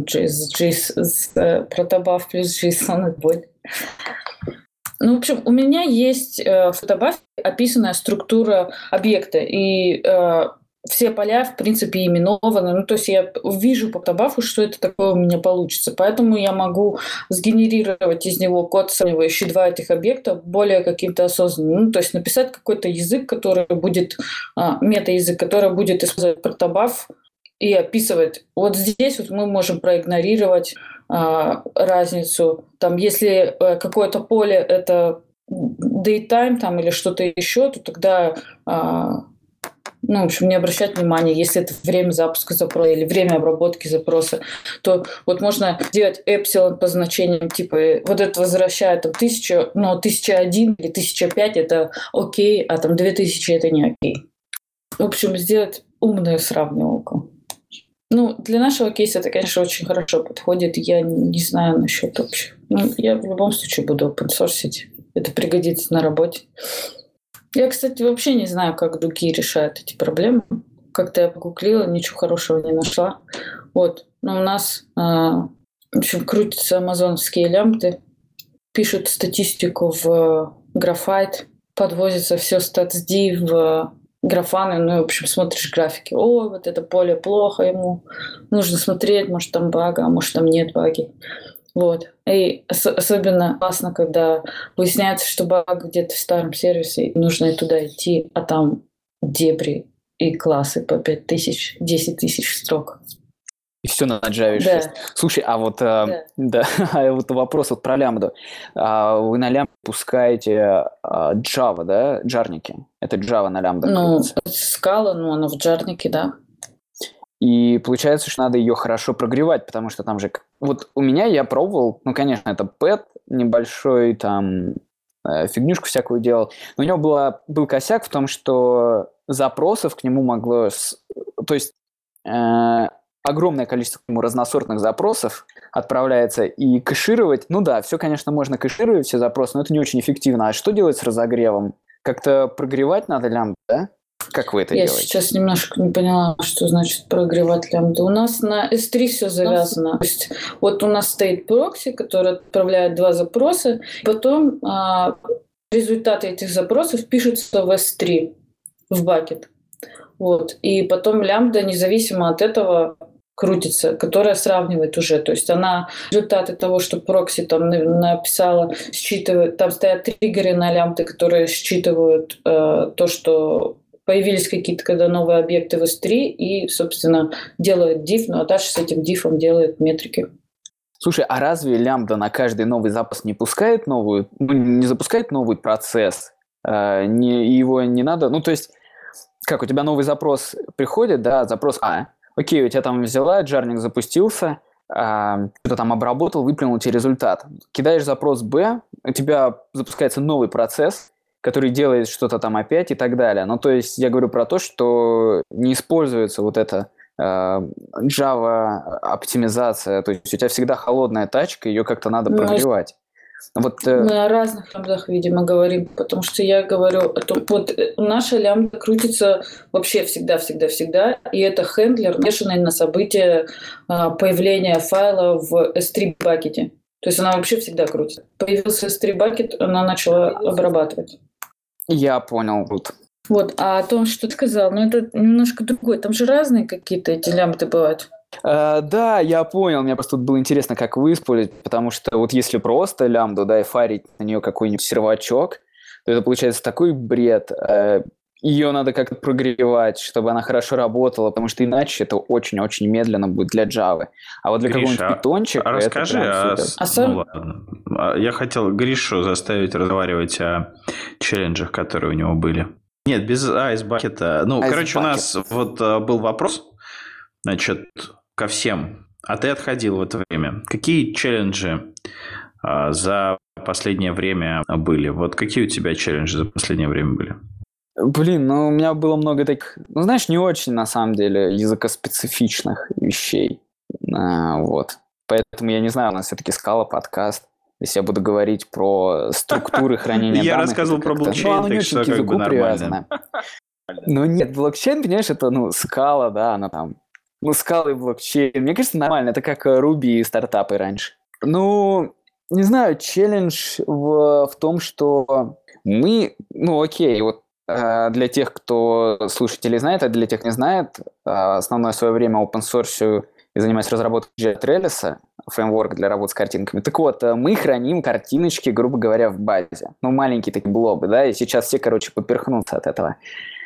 JSON, протобаф плюс JSON и будет. Ну, в общем, у меня есть э, в протобафе описанная структура объекта, и э, все поля, в принципе, именованы. Ну, то есть я вижу по протобафу, что это такое у меня получится. Поэтому я могу сгенерировать из него код, сравнивающий два этих объекта, более каким-то осознанным. Ну, то есть написать какой-то язык, который будет, э, мета-язык, который будет использовать протобаф и описывать. Вот здесь вот мы можем проигнорировать а, разницу. Там, если а, какое-то поле это datetime там, или что-то еще, то тогда а, ну, в общем, не обращать внимания. Если это время запуска запроса или время обработки запроса, то вот можно сделать эпсилон по значениям, типа вот это возвращает там тысячу, но тысяча один или тысяча пять это окей, а там две тысячи это не окей. В общем, сделать умную сравнивалку. Ну, для нашего кейса это, конечно, очень хорошо подходит. Я не знаю насчет общих. Ну, я в любом случае буду опенсорсить. Это пригодится на работе. Я, кстати, вообще не знаю, как другие решают эти проблемы. Как-то я погуглила, ничего хорошего не нашла. Вот. Но у нас, э, в общем, крутятся амазоновские лямбды, пишут статистику в Graphite, подвозится все статсди в графаны, ну, в общем, смотришь графики. О, вот это поле плохо ему. Нужно смотреть, может, там бага, а может, там нет баги. Вот. И ос- особенно классно, когда выясняется, что баг где-то в старом сервисе, и нужно и туда идти, а там дебри и классы по пять тысяч, десять тысяч строк. И все на Java Да. шесть. Слушай, а вот, э, да. а вот вопрос вот про лямбду. А вы на лямбду пускаете а, Java, да, джарники? Это Java на лямбду. Ну, скала, ну, она в джарнике, да. И получается, что надо ее хорошо прогревать, потому что там же... Вот у меня я пробовал, ну, конечно, это пэт небольшой, там, э, фигнюшку всякую делал, но у него было, был косяк в том, что запросов к нему могло... С... То есть... Э, огромное количество к нему разносортных запросов отправляется, и кэшировать, ну да, все, конечно, можно кэшировать, все запросы, но это не очень эффективно. А что делать с разогревом? Как-то прогревать надо лямбду, да? Как вы это Я делаете? сейчас немножко не поняла, что значит прогревать лямбду. У нас на эс три все завязано. То есть вот у нас стоит прокси, который отправляет два запроса, потом а, результаты этих запросов пишутся в эс три, в бакет. Вот. И потом лямбда, независимо от этого, крутится, которая сравнивает уже. То есть она результаты того, что прокси там написала, считывает, там стоят триггеры на лямбды, которые считывают э, то, что появились какие-то когда новые объекты в эс три, и, собственно, делают diff, ну а дальше с этим diff'ом делают метрики. Слушай, а разве лямбда на каждый новый запуск не пускает новую, ну, не запускает новый процесс? Э, не, его не надо... Ну, то есть, как у тебя новый запрос приходит, да, запрос А, окей, у тебя там взяла, джарник запустился, а, что-то там обработал, выплюнул тебе результат. Кидаешь запрос Б, у тебя запускается новый процесс, который делает что-то там опять и так далее. Ну, то есть я говорю про то, что не используется вот эта а, Java-оптимизация. То есть у тебя всегда холодная тачка, ее как-то надо прогревать. Вот, э... Мы о разных лямбдах, видимо, говорим, потому что я говорю о том, вот наша лямбда крутится вообще всегда-всегда-всегда, и это хендлер, навешанный на события появления файла в эс три бакете. То есть она вообще всегда крутится. Появился эс три бакет, она начала обрабатывать. Я понял. Вот. Вот, а о том, что ты сказал, ну это немножко другое. Там же разные какие-то эти лямбды бывают. Uh, да, я понял. Мне просто тут было интересно, как вы используете, потому что вот если просто лямбду, да, и фарить на нее какой-нибудь сервачок, то это получается такой бред. Uh, ее надо как-то прогревать, чтобы она хорошо работала, потому что иначе это очень-очень медленно будет для Java. А вот для Гриша, какого-нибудь питончика а расскажи, это а, супер. а сам... ну, ладно. Я хотел Гришу заставить разговаривать о челленджах, которые у него были. Нет, без айсбакета. Ну, Ice короче, bucket. У нас вот был вопрос, значит, ко всем. А ты отходил в это время. Какие челленджи а, за последнее время были? Вот какие у тебя челленджи за последнее время были? Блин, ну у меня было много таких, ну знаешь, не очень на самом деле языкоспецифичных вещей. А, вот. Поэтому я не знаю, у нас все-таки Scala подкаст. Если я буду говорить про структуры хранения Я данных... рассказывал это про как-то- блокчейн, ну, оно не так очень что к как бы языку нормально. привязано. Ну нет, блокчейн, понимаешь, это, ну, Scala, да, она там... Ну, Scala и блокчейн. Мне кажется, нормально. Это как э, Ruby и стартапы раньше. Ну, не знаю, челлендж в, в том, что мы... Ну, окей, вот э, для тех, кто слушателей знает, а для тех, кто не знает, э, основное свое время open source и занимаюсь разработкой Jet-Release, фреймворк для работы с картинками. Так вот, э, мы храним картиночки, грубо говоря, в базе. Ну, маленькие такие блобы, да, и сейчас все, короче, поперхнутся от этого.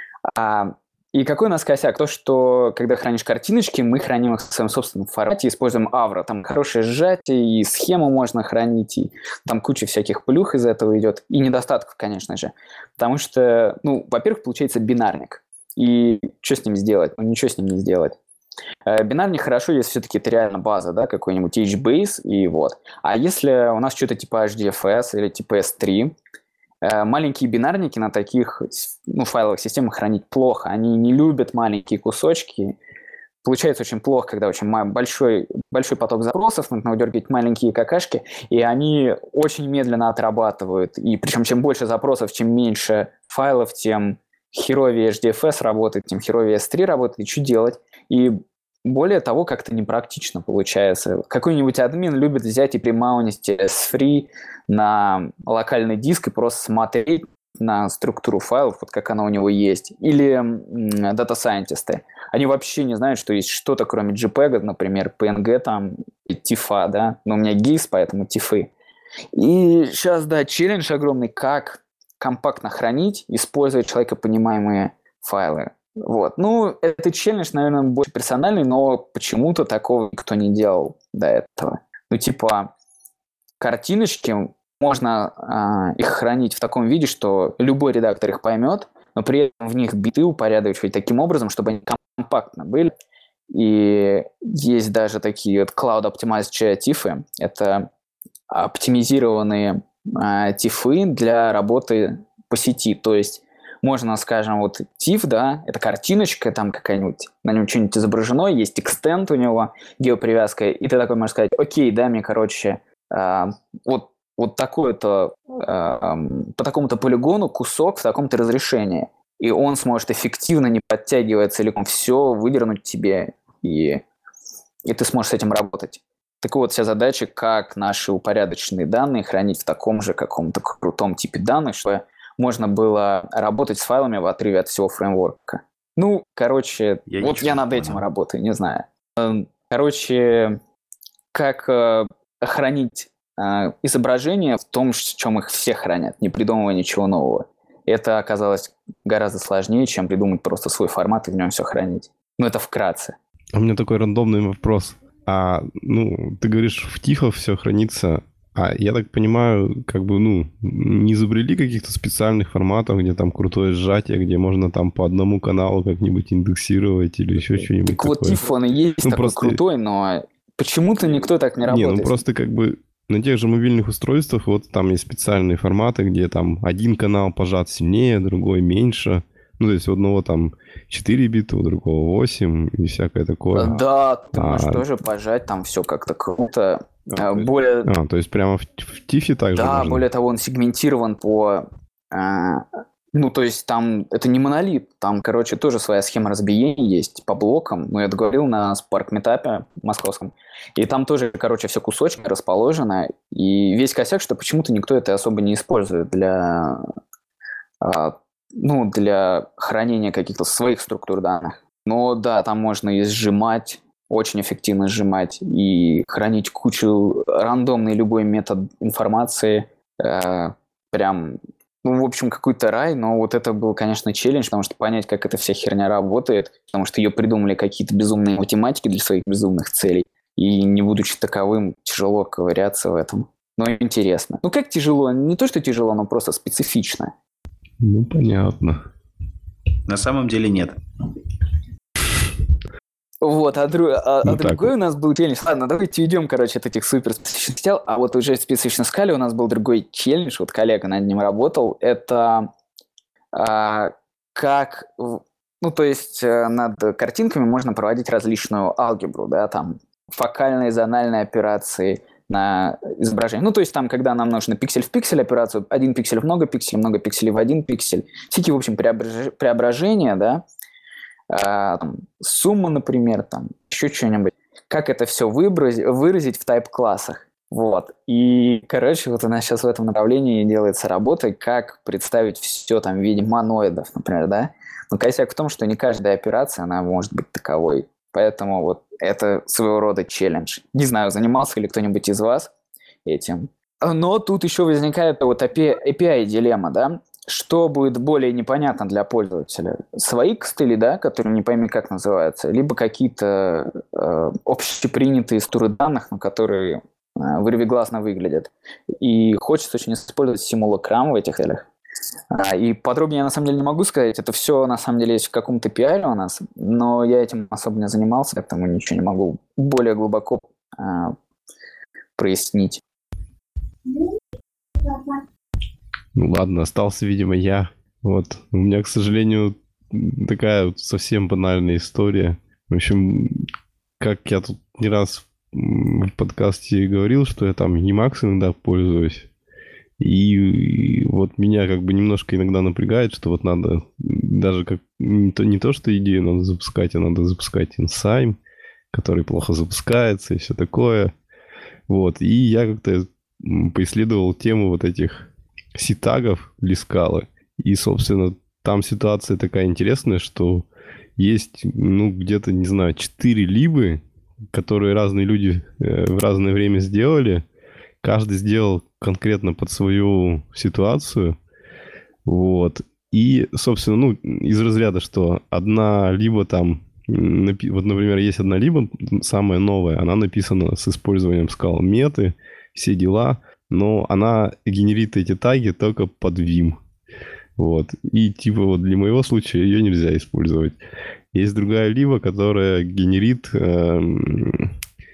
А, и какой у нас косяк? То, что когда хранишь картиночки, мы храним их в своем собственном формате, используем Avro. Там хорошее сжатие, и схему можно хранить, и там куча всяких плюх из этого идет. И недостатков, конечно же. Потому что, ну, во-первых, получается бинарник. И что с ним сделать? Ну, ничего с ним не сделать. Э, Бинарник хорошо, если все-таки это реально база, да, какой-нибудь эйч бейс, и вот. А если у нас что-то типа эйч ди эф эс или типа эс три, э, маленькие бинарники на таких, ну, файловых системах хранить плохо. Они не любят маленькие кусочки. Получается очень плохо, когда очень ма- большой, большой поток запросов, нужно выдергивать маленькие какашки, и они очень медленно отрабатывают. И причем чем больше запросов, чем меньше файлов, тем херовее эйч ди эф эс работает, тем херовее эс три работает. И что делать? И более того, как-то непрактично получается. Какой-нибудь админ любит взять и примаунить эс три на локальный диск и просто смотреть на структуру файлов, вот как она у него есть. Или дата-сайентисты. Они вообще не знают, что есть что-то, кроме JPEG, например, пи эн джи там, и тифа, да. Но у меня гиф, поэтому тифы. И сейчас, да, челлендж огромный, как компактно хранить, используя человекопонимаемые файлы. Вот. Ну, это челлендж, наверное, больше персональный, но почему-то такого никто не делал до этого. Ну, типа, картиночки, можно э, их хранить в таком виде, что любой редактор их поймет, но при этом в них биты упорядочивать таким образом, чтобы они компактно были. И есть даже такие вот Cloud Optimized тифы. Это оптимизированные э, тифы для работы по сети. То есть можно, скажем, вот тиф, да, это картиночка, там какая-нибудь, на нем что-нибудь изображено, есть экстент у него, геопривязка, и ты такой можешь сказать, окей, дай мне, короче, э, вот, вот такой-то, э, по такому-то полигону кусок в таком-то разрешении. И он сможет эффективно, не подтягивая целиком все, выдернуть тебе, и, и ты сможешь с этим работать. Так вот, вся задача, как наши упорядоченные данные хранить в таком же каком-то крутом типе данных, чтобы можно было работать с файлами в отрыве от всего фреймворка. Ну, короче, Я вот я над этим понял. работаю, не знаю. Короче, как э, хранить э, изображения в том, в чем их все хранят, не придумывая ничего нового. Это оказалось гораздо сложнее, чем придумать просто свой формат и в нем все хранить. Ну, это вкратце. У меня такой рандомный вопрос. А, ну, ты говоришь, в тифах все хранится, а я так понимаю, как бы, ну, не изобрели каких-то специальных форматов, где там крутое сжатие, где можно там по одному каналу как-нибудь индексировать или еще что-нибудь Так вот, такое? тиф, он и есть Ну, такой просто- крутой, но почему-то никто так не Не, работает. ну просто как бы на тех же мобильных устройствах вот там есть специальные форматы, где там один канал пожат сильнее, другой меньше. Ну, то есть у одного там четыре бита, у другого восемь и всякое такое. Да, ты можешь А. тоже пожать, там все как-то круто. А, А, то есть- более, А, то есть прямо в, в тифе также да, можно? более того, он сегментирован по... а, ну, то есть там это не монолит, там, короче, тоже своя схема разбиения есть по блокам. Ну, я это говорил на Spark Meetup московском. И там тоже, короче, все кусочки расположено. И весь косяк, что почему-то никто это особо не использует для... а, ну, для хранения каких-то своих структур данных. Но да, там можно и сжимать, очень эффективно сжимать, и хранить кучу рандомный любой метод информации. Э, прям, ну, в общем, какой-то рай, но вот это был, конечно, челлендж, потому что понять, как эта вся херня работает, потому что ее придумали какие-то безумные математики для своих безумных целей, и не будучи таковым, тяжело ковыряться в этом. Но интересно. Ну, как тяжело? Не то, что тяжело, но просто специфично. Ну, понятно. На самом деле нет. Вот, а, дру- а- Ну, а так другой вот. у нас был челлендж. Ладно, давайте уйдем, короче, от этих супер специфичных тел. А вот уже в специфичной скале у нас был другой челлендж. Вот коллега над ним работал. Это а, как... Ну, то есть над картинками можно проводить различную алгебру, да, там фокальные, зональные операции на изображение. Ну, то есть там, когда нам нужно пиксель в пиксель операцию, один пиксель в много пикселей, много пикселей в один пиксель, всякие, в общем, преображ... преображения, да, а, там, сумма, например, там, еще что-нибудь. Как это все выразить, выразить в тайп-классах. Вот. И, короче, вот у нас сейчас в этом направлении делается работа, как представить все там в виде моноидов, например, да. Но косяк в том, что не каждая операция, она может быть таковой. Поэтому вот это своего рода челлендж. Не знаю, занимался ли кто-нибудь из вас этим. Но тут еще возникает вот эй пи ай-дилемма, да? Что будет более непонятно для пользователя? Свои костыли, да, которые не пойми как называются, либо какие-то э, общепринятые структуры данных, на которые э, вырвиглазно выглядят. И хочется очень использовать симулакрам в этих целях. А, и подробнее я на самом деле не могу сказать. Это все на самом деле есть в каком-то пи ай у нас, но я этим особо не занимался, поэтому ничего не могу более глубоко а, прояснить. Ну ладно, остался, видимо, я. Вот. У меня, к сожалению, такая вот совсем банальная история. В общем, как я тут не раз в подкасте говорил, что я там Emacs иногда пользуюсь. И вот меня как бы немножко иногда напрягает, что вот надо даже как не то, не то что идею надо запускать, а надо запускать Enzyme, который плохо запускается и все такое. Вот. И я как-то поисследовал тему вот этих си-тагов для скалы. И, собственно, там ситуация такая интересная, что есть, ну, где-то, не знаю, четыре либы, которые разные люди э, в разное время сделали. Каждый сделал конкретно под свою ситуацию. Вот. И, собственно, ну, из разряда, что одна либо там... Напи- вот, например, есть одна либо, самая новая, она написана с использованием скал меты, все дела, но она генерит эти таги только под Vim. Вот. И типа вот для моего случая ее нельзя использовать. Есть другая либо, которая генерит... Эм,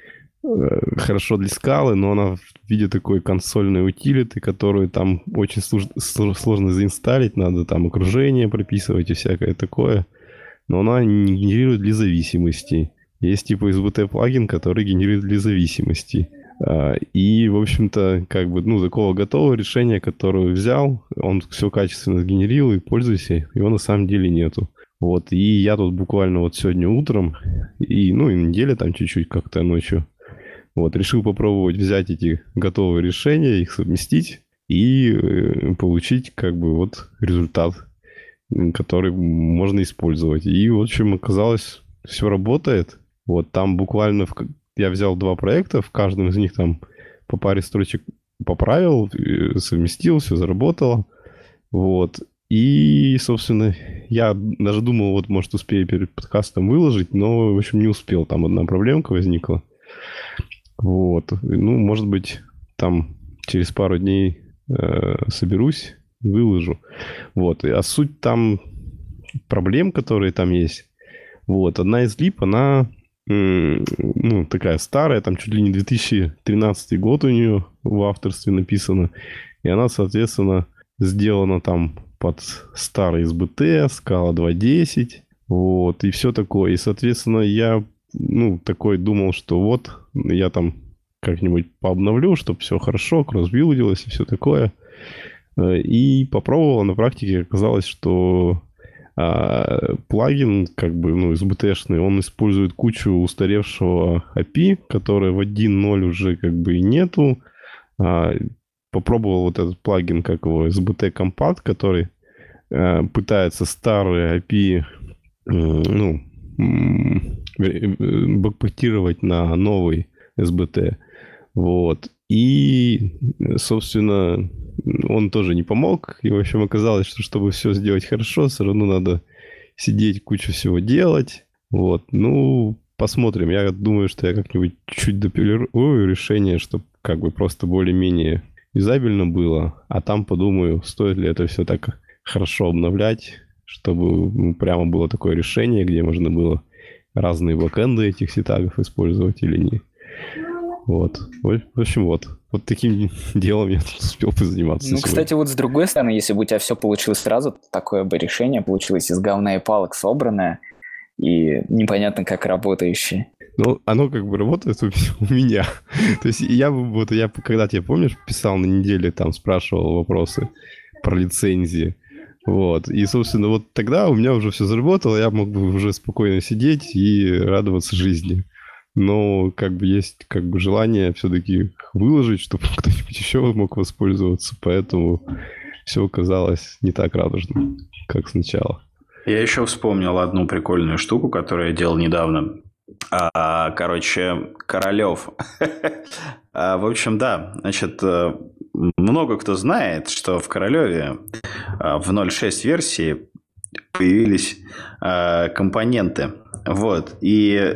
хорошо для скалы, но она в виде такой консольной утилиты, которую там очень слож- сложно заинсталить, надо там окружение прописывать и всякое такое. Но она не генерирует для зависимостей. Есть типа эс би ти-плагин, который генерирует для зависимостей. И, в общем-то, как бы, ну, такого готового решения, которое взял, он все качественно сгенерил и пользуйся, его на самом деле нету. Вот, и я тут буквально вот сегодня утром, и, ну, и неделя там чуть-чуть как-то ночью, вот, решил попробовать взять эти готовые решения, их совместить и э, получить как бы вот результат, который можно использовать. И, в общем, оказалось, все работает. Вот, там буквально в... я взял два проекта, в каждом из них там по паре строчек поправил, совместил, все заработало. Вот. И, собственно, я даже думал, вот, может, успею перед подкастом выложить, но, в общем, не успел. Там одна проблемка возникла. Вот. Ну, может быть, там через пару дней э, соберусь, выложу. Вот. А суть там проблем, которые там есть. Вот. Одна из лип, она м- ну, такая старая, там чуть ли не две тысячи тринадцатый год у нее в авторстве написано. И она, соответственно, сделана там под старый эс би ти, Scala два десять. Вот. И все такое. И, соответственно, я ну, такой думал, что вот я там как-нибудь пообновлю, чтобы все хорошо, кросс-билдилось и все такое. И попробовал, на практике оказалось, что а, плагин, как бы, ну, эс би ти-шный, он использует кучу устаревшего эй пи ай, которое в один ноль уже как бы и нету. А, попробовал вот этот плагин, как его, эс би ти Compact, который а, пытается старые эй пи ай, ну, бэкпортировать на новый эс би ти. Вот. И, собственно, он тоже не помог. И, в общем, оказалось, что чтобы все сделать хорошо, все равно надо сидеть, кучу всего делать. Вот. Ну, посмотрим. Я думаю, что я как-нибудь чуть допилирую решение, чтобы как бы просто более-менее юзабельно было. А там подумаю, стоит ли это все так хорошо обновлять, чтобы ну, прямо было такое решение, где можно было разные бэкэнды этих сетагов использовать или не. Вот. В общем, вот. Вот таким делом я успел позаниматься. Ну, сегодня. кстати, вот с другой стороны, если бы у тебя все получилось сразу, такое бы решение получилось из говна и палок собранное и непонятно как работающее. Ну, оно как бы работает у у меня. То есть я бы вот, я когда тебе, помнишь, писал на неделе, там спрашивал вопросы про лицензии. Вот. И, собственно, вот тогда у меня уже все заработало, я мог бы уже спокойно сидеть и радоваться жизни. Но как бы есть как бы желание все-таки выложить, чтобы кто-нибудь еще мог воспользоваться. Поэтому все оказалось не так радужно, как сначала. Я еще вспомнил одну прикольную штуку, которую я делал недавно. А, короче, Королев. а, в общем, да, значит, много кто знает, что в Королеве в ноль шесть версии появились а, компоненты. Вот. И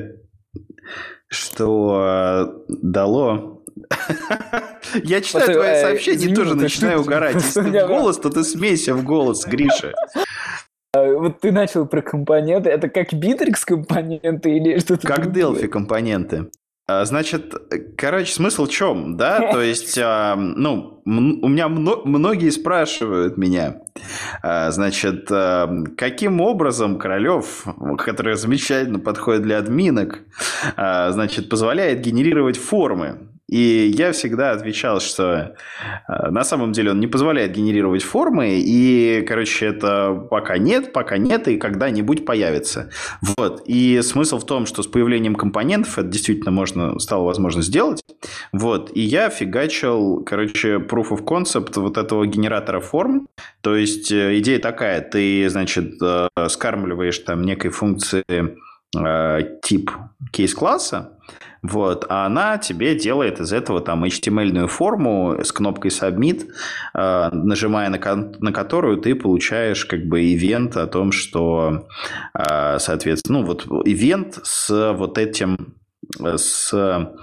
что дало... Я читаю твои сообщения и тоже начинаю угорать. Если ты в голос, то ты смейся в голос, Гриша. Вот ты начал про компоненты. Это как Bittrex компоненты или что-то Как другое? Delphi компоненты. Значит, короче, смысл в чем, да? То есть, ну, у меня многие спрашивают меня, значит, каким образом Королев, который замечательно подходит для админок, значит, позволяет генерировать формы. И я всегда отвечал, что на самом деле он не позволяет генерировать формы, и, короче, это пока нет, пока нет, и когда-нибудь появится. Вот. И смысл в том, что с появлением компонентов это действительно можно, стало возможно сделать. Вот. И я фигачил, короче, proof of concept вот этого генератора форм. То есть идея такая, ты, значит, скармливаешь там некой функции тип кейс-класса, вот, а она тебе делает из этого там эйч ти эм эль-ную форму с кнопкой Submit, э, нажимая на, кон- на которую ты получаешь как бы ивент о том, что, э, соответственно, ну вот ивент с вот этим, с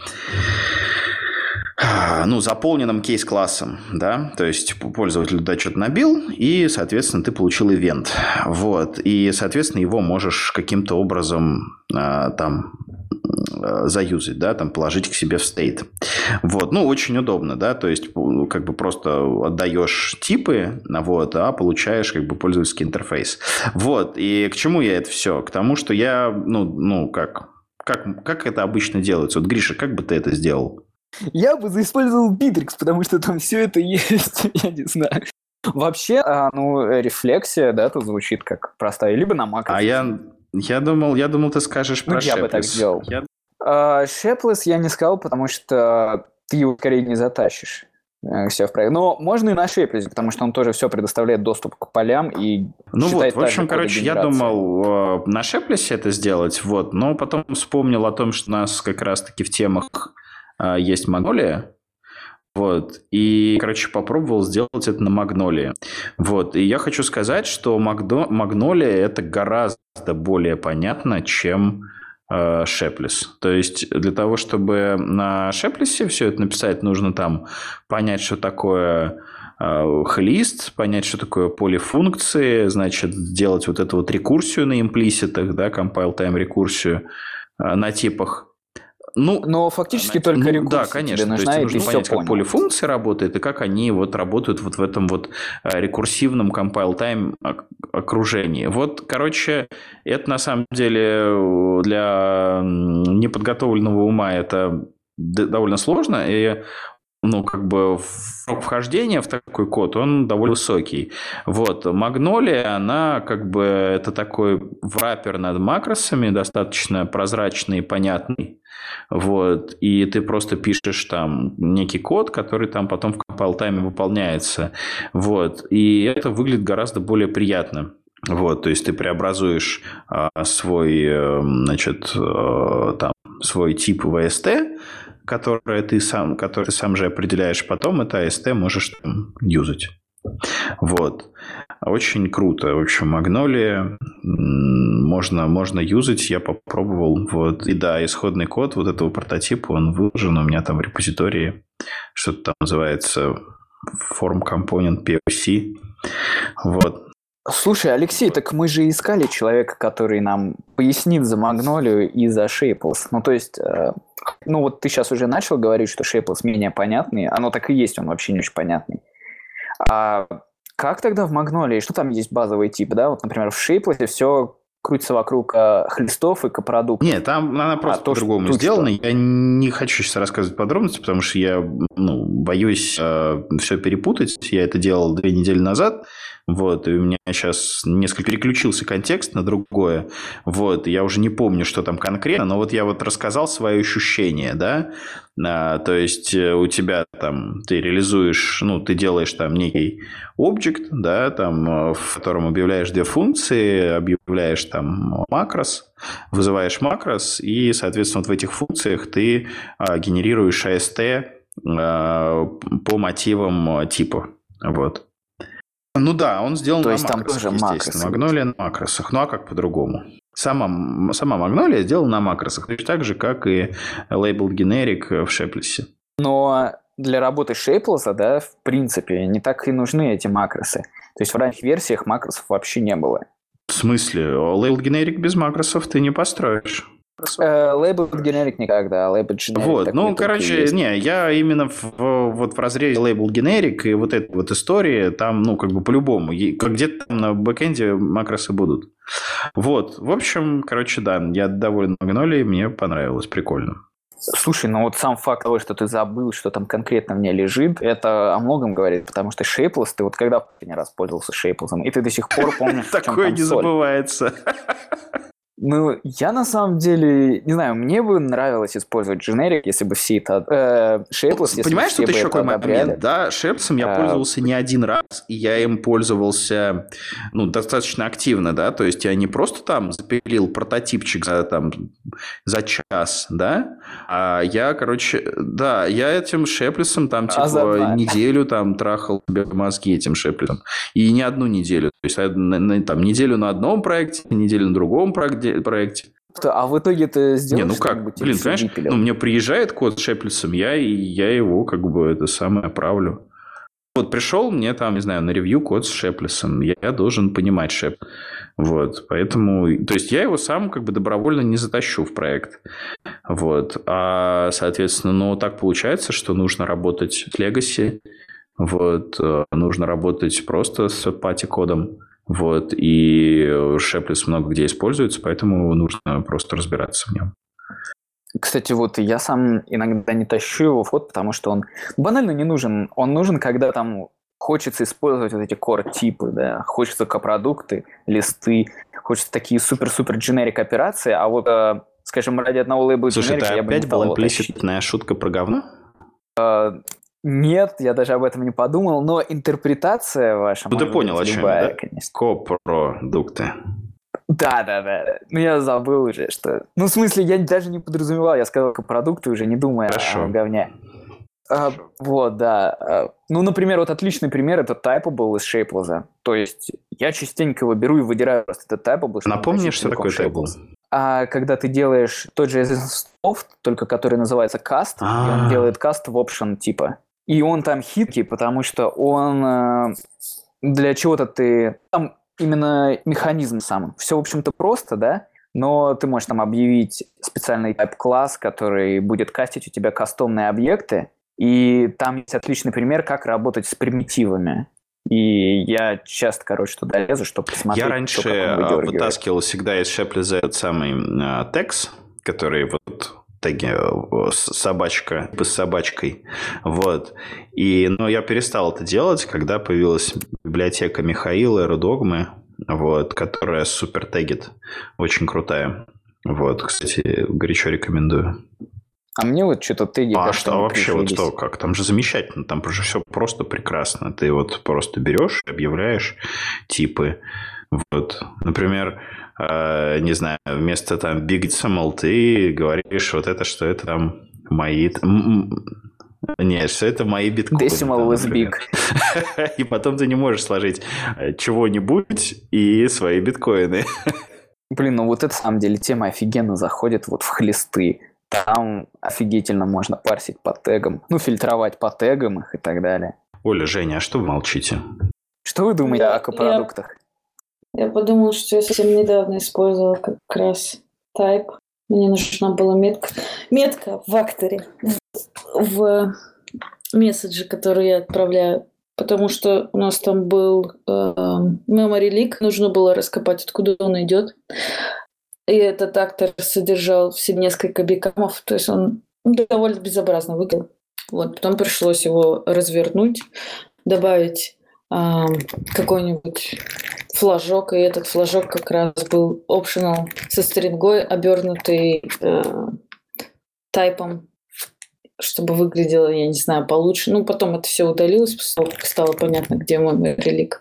ну, заполненным кейс-классом, да, то есть пользователь туда что-то набил, и, соответственно, ты получил ивент, вот, и, соответственно, его можешь каким-то образом э, там заюзать, да, там положить к себе в стейт. Вот, ну, очень удобно, да, то есть как бы просто отдаешь типы, вот, а получаешь как бы пользовательский интерфейс. Вот, и к чему я это все? К тому, что я, ну, ну как, как, как это обычно делается? Вот, Гриша, как бы ты это сделал? Я бы использовал Bittrex, потому что там все это есть, я не знаю. Вообще, ну, рефлексия, да, тут звучит как простая, либо на Mac. А я, я думал, я думал, ты скажешь про ну, Shapeless. Я бы так сделал. Я... Shapeless я не сказал, потому что ты его скорее не затащишь. Все в проект. Но можно и на Shapeless, потому что он тоже все предоставляет доступ к полям и ну вот, в общем, также короче, я думал на Shapeless это сделать, вот, но потом вспомнил о том, что у нас как раз-таки в темах есть Magnolia, вот, и, короче, попробовал сделать это на Magnolia. Вот, и я хочу сказать, что Magnolia это гораздо более понятно, чем э, Shapeless. То есть, для того, чтобы на Shapeless все это написать, нужно там понять, что такое э, хлист, понять, что такое полифункции, значит, сделать вот эту вот рекурсию на имплиситах, да, compile time рекурсию э, на типах. Ну, но фактически только ну, рекурсия да, конечно. тебе нужна, то есть, и нужно ты понять, все как понял. полифункции работают, и как они вот работают вот в этом вот рекурсивном compile-time окружении. Вот, короче, это на самом деле для неподготовленного ума это довольно сложно, и ну, как бы срок вхождения в такой код, он довольно высокий. Вот. Magnolia, она как бы это такой враппер над макросами, достаточно прозрачный и понятный. Вот. И ты просто пишешь там некий код, который там потом в compile-time выполняется. Вот. И это выглядит гораздо более приятно. Вот, то есть ты преобразуешь а, свой, а, значит, а, там, свой тип в эй эс ти, который ты сам, который ты сам же определяешь, потом это эй эс ти можешь там юзать. Вот. Очень круто. В общем, Magnolia можно, можно юзать. Я попробовал. Вот. И да, исходный код вот этого прототипа, он выложен у меня там в репозитории. Что-то там называется Form Component пи о си. Вот. Слушай, Алексей, так мы же искали человека, который нам пояснит за Магнолию и за Shapeless. Ну, то есть, э, ну вот ты сейчас уже начал говорить, что Shapeless менее понятный. Оно так и есть, он вообще не очень понятный. А как тогда в Магнолии? Что там есть базовый тип, да? Вот, например, в Shapeless все крутится вокруг э, хлистов и копродуктов. Нет, там она просто А то, по-другому что тут сделана. что? Я не хочу сейчас рассказывать подробности, потому что я ну, боюсь э, все перепутать. Я это делал две недели назад. Вот, и у меня сейчас несколько переключился контекст на другое. Вот, и я уже не помню, что там конкретно, но вот я вот рассказал свои ощущения, да. А, то есть у тебя там ты реализуешь, ну, ты делаешь там некий объект, да, там, в котором объявляешь две функции, объявляешь там макрос, вызываешь макрос, и, соответственно, вот в этих функциях ты а, генерируешь эй эс ти а, по мотивам типа. Вот. Ну да, он сделан То на есть там макросах, тоже естественно. макросы. Магнолия на макросах. Ну а как по-другому? Сама, сама Магнолия сделана на макросах. Точно так же, как и Labeled Generic в Shapeless. Но для работы Shapeless, да, в принципе, не так и нужны эти макросы. То есть в ранних версиях макросов вообще не было. В смысле? Labeled Generic без макросов ты не построишь. Э, Labeled Generic никогда, Labeled Generic Вот, такой ну, только короче, есть. не, я именно в, вот в разрезе Labeled Generic и вот этой вот истории, там, ну, как бы по-любому, е- как где-то там на бэкэнде макросы будут. Вот, в общем, короче, да, я доволен Магнолией, мне понравилось, прикольно. Слушай, ну вот сам факт того, что ты забыл, что там конкретно в ней лежит, это о многом говорит, потому что Shapeless, ты вот когда в последний раз пользовался Shapeless, и ты до сих пор помнишь, в чем Такое там не соль. забывается. Ну, я на самом деле, не знаю, мне бы нравилось использовать Generic, если бы все это... Э, Shapeless, если Понимаешь, бы все тут бы еще это какой одобряли. момент, да? Shapeless я А, пользовался не один раз, и я им пользовался, ну, достаточно активно, да, то есть я не просто там запилил прототипчик за, там, за час, да, а я, короче, да, я этим Shapeless там, А за типа, два. неделю там трахал себе мозги этим Shapeless, и не одну неделю, то есть я на- на- там неделю на одном проекте, неделю на другом проекте, проекте. А в итоге ты Не, сделал ну как, что-нибудь или блин, всё понимаешь, выпилил? ну мне приезжает код с Шеплесом, я, и я его как бы это самое отправлю. Вот пришел мне там, не знаю, на ревью код с Шеплесом, я, я должен понимать Шеп. Вот, поэтому, то есть я его сам как бы добровольно не затащу в проект. Вот, а, соответственно, ну так получается, что нужно работать с Legacy, вот, э, нужно работать просто с пати-кодом. Вот, и Shapeless много где используется, поэтому нужно просто разбираться в нем. Кстати, вот я сам иногда не тащу его в ход, потому что он банально не нужен. Он нужен, когда там хочется использовать вот эти core-типы, да, хочется копродукты, листы, хочется такие супер-супер generic операции, а вот, э, скажем, ради одного лейбла Слушай, generic это я бы не опять стал была его тащить. имплиситная шутка про говно? Нет, я даже об этом не подумал, но интерпретация ваша... Ну, ты может понял, быть о чем любая, я, да? конечно. Копродукты. Да, да, да. Ну, я забыл уже, что... Ну, в смысле, я даже не подразумевал, я сказал продукты уже, не думая Хорошо. о говне. А, вот, да. А, ну, например, вот отличный пример — это Typable из Shapeless. То есть я частенько его беру и выдираю просто этот Typable. чтобы Напомни, тащить что целиком такое Shapeless. Typable? А когда ты делаешь тот же Soft, только который называется Cast, и А. он делает Cast в option типа. И он там хитрый, потому что он э, для чего-то ты... Там именно механизм сам. Все, в общем-то, просто, да? Но ты можешь там объявить специальный type-класс, который будет кастить у тебя кастомные объекты. И там есть отличный пример, как работать с примитивами. И я часто, короче, туда лезу, чтобы посмотреть, Я раньше что, как он а, выдергивает. вытаскивал всегда из Shapeless этот самый а, текст, который вот теги э, с- собачка с собачкой. Вот. И, но я перестал это делать, когда появилась библиотека Михаила Эрудогмы, вот, которая супер тегит. Очень крутая. Вот, кстати, горячо рекомендую. А мне вот что-то теги А как-то что не вообще, вот прижились. что, как? Там же замечательно, там же все просто прекрасно. Ты вот просто берешь, объявляешь типы. Вот, например, э, не знаю, вместо там big decimal ты говоришь вот это, что это там мои... м- м- Нет, что это мои биткоины. Decimal там, with например. big. И потом ты не можешь сложить э, чего-нибудь и свои биткоины. Блин, ну вот это, на самом деле, тема офигенно заходит вот в хлисты. Там офигительно можно парсить по тегам, ну, фильтровать по тегам их и так далее. Оля, Женя, а что вы молчите? Что вы думаете Я- о копродуктах? Я подумала, что я совсем недавно использовала как раз type. Мне нужна была метка, метка в акторе, в месседже, который я отправляю. Потому что у нас там был э, memory leak, нужно было раскопать, откуда он идет. И этот актор содержал в себе несколько бикамов, то есть он довольно безобразно выглядел. Вот, потом пришлось его развернуть, добавить э, какой-нибудь флажок, и этот флажок как раз был optional со стрингой, обернутый э, тайпом, чтобы выглядело, я не знаю, получше. Ну, потом это все удалилось, после того, как стало понятно, где мой релик.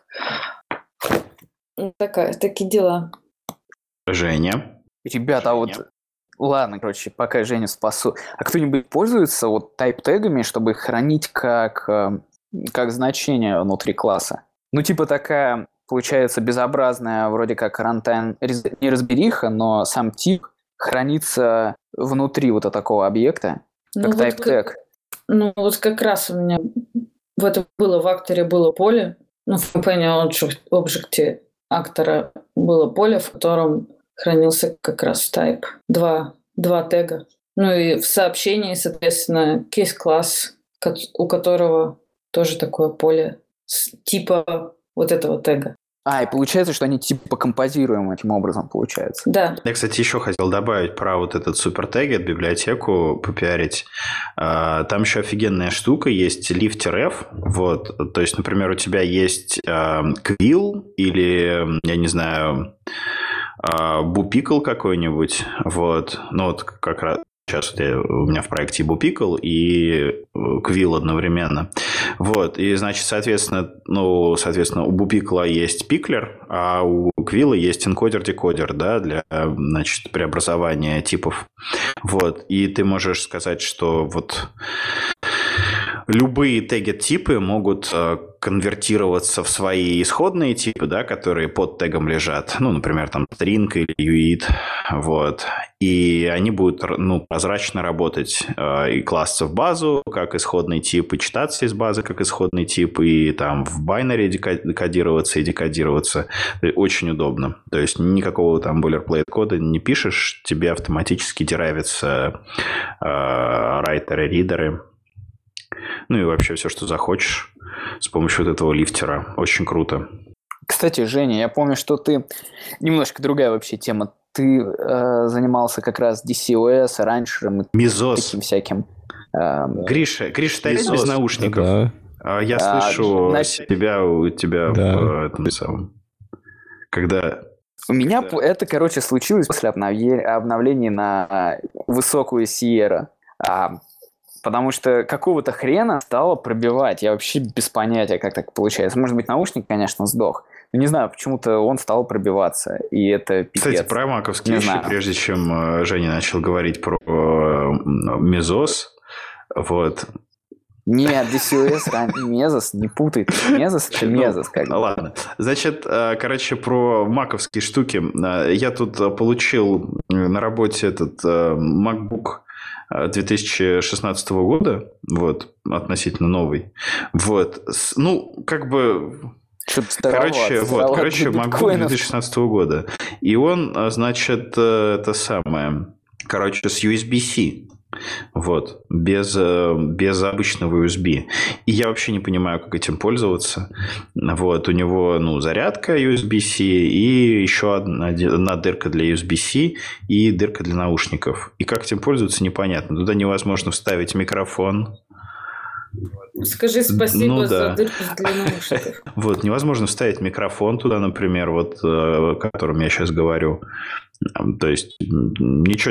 Такая, такие дела. Женя? Ребята, а вот... Ладно, короче, пока я Женю спасу. А кто-нибудь пользуется вот тайп-тегами, чтобы их хранить как, как значение внутри класса? Ну, типа такая, получается, безобразная, вроде как runtime неразбериха, но сам тип хранится внутри вот такого объекта, как ну, type вот tag. Как, ну, вот как раз у меня в этом было, в акторе было поле, ну, в компании Object актора было поле, в котором хранился как раз type. Два, два тега. Ну и в сообщении, соответственно, case-класс, у которого тоже такое поле типа вот этого тега. А, и получается, что они типа композируемы этим образом, получается. Да. Я, кстати, еще хотел добавить про вот этот супертегет, библиотеку попиарить. Там еще офигенная штука, есть lifter-f. Вот. То есть, например, у тебя есть квилл или, я не знаю, бупикл какой-нибудь. Вот. Ну, вот как раз сейчас у меня в проекте бупикл и квилл одновременно. Вот. И, значит, соответственно, ну, соответственно, у бупикла есть пиклер, а у квилла есть энкодер-декодер, да, для, значит, преобразования типов. Вот. И ты можешь сказать, что вот любые теги-типы могут э, конвертироваться в свои исходные типы, да, которые под тегом лежат. Ну, например, там string или uid. Вот. И они будут, ну, прозрачно работать э, и класться в базу как исходный тип, и читаться из базы как исходный тип, и там в байнере декодироваться и декодироваться. Очень удобно. То есть никакого там boilerplate кода не пишешь, тебе автоматически деравятся э, райтеры, ридеры. Ну и вообще все, что захочешь с помощью вот этого лифтера. Очень круто. Кстати, Женя, я помню, что ты... Немножко другая вообще тема. Ты э, занимался как раз ди си о эс, раньшером и Мизос. таким всяким. Э, Гриша, Гриша, ты опять без наушников? Да. Я А, слышу значит... тебя, у тебя да. в этом самом... Когда... У меня когда... это, короче, случилось после обновления на высокую Sierra. Потому что какого-то хрена стало пробивать. Я вообще без понятия, как так получается. Может быть, наушник, конечно, сдох. Но не знаю, почему-то он стал пробиваться. И это пипец. Кстати, про маковские не вещи, знаю. прежде чем Женя начал говорить про Мезос, вот... Нет, ди си о эс, Мезос, не путай. Мезос – это Мезос. Как ну, ладно. Значит, короче, про маковские штуки. Я тут получил на работе этот MacBook две тысячи шестнадцатого года, вот, относительно новый. Вот. Ну, как бы... Короче, вот, короче, MacBook две тысячи шестнадцатого года. И он, значит, это самое... Короче, с ю эс би-C. Вот, без, без обычного ю эс би. И я вообще не понимаю, как этим пользоваться. Вот, у него, ну, зарядка ю эс би-C и еще одна, одна дырка для ю эс би-C и дырка для наушников. И как этим пользоваться, непонятно. Туда невозможно вставить микрофон. Скажи спасибо ну, за да. дырку для наушников. Вот, невозможно вставить микрофон туда, например, вот, о котором я сейчас говорю. То есть, ничего...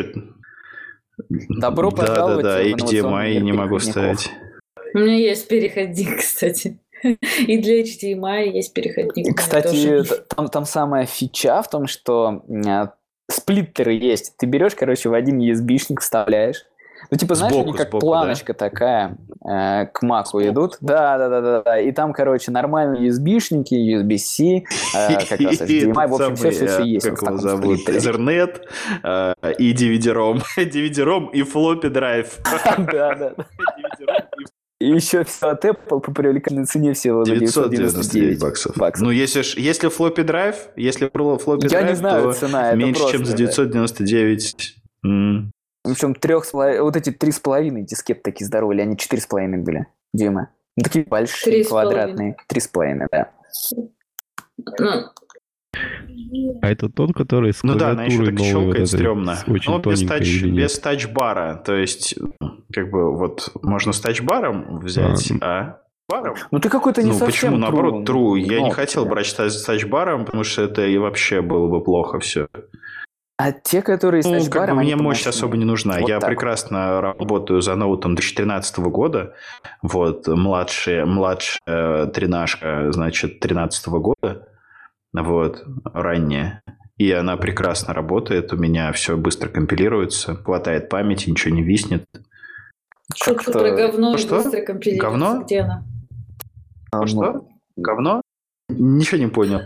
Добро да, пожаловать да, да, в и эйч ди эм ай не могу переходников. вставить. У меня есть переходник, кстати. И для эйч ди эм ай есть переходник. Кстати, там, там самая фича в том, что э, сплиттеры есть. Ты берешь, короче, в один ю эс би-шник вставляешь. Ну, типа, знаешь, сбоку, они как сбоку, планочка да? такая э, к маку идут. Да, да, да, да, да. И там, короче, нормальные ю эс би-шники, ю эс би-C, э, как раз эйч ди эм ай. В общем, все, все, все есть. Как его зовут? Ethernet и ди ви ди-ROM. ди ви ди-ROM и floppy drive. Да, да. И еще все от Apple по привлекательной цене всего за девятьсот девятьсот девяносто девяносто девять девять баксов. баксов. Ну, если, ж- если флоппи драйв, если про флоппи Я драйв, не знаю то цена, это меньше, чем просто, за да. девятьсот девяносто девять. М. Причем трех с половиной, вот эти три с половиной дискеты такие здоровые, или они четыре с половиной были, Дима? Ну, такие большие, Три с квадратные. Три с половиной, да. Ну, А это тот, который с Ну да, она еще клавиатурой так новой, вот щелкает этой, стрёмно. с очень Ну, без, тоненькой тач, или нет? без тач-бара. То есть, как бы, вот, можно с тач-баром взять, А, а... Баром? Ну ты какой-то не Ну, совсем почему? Наоборот, true true. Я не нот, хотел да. брать с тач-баром, потому что это и вообще было бы плохо все. А те, которые с Ну, как бы тачбаром, мне они мощь помощнее. особо не нужна. Вот Я так. прекрасно работаю за ноутом две тысячи тринадцатого года. Вот, младшая, младшая тринашка, значит, тринадцатого года. Вот, ранняя. И она прекрасно работает. У меня все быстро компилируется. Хватает памяти, ничего не виснет. шутка Как-то- про говно и Что? быстро компилируется. Говно? Где она? А, ну, Что? Говно? Ничего не понял.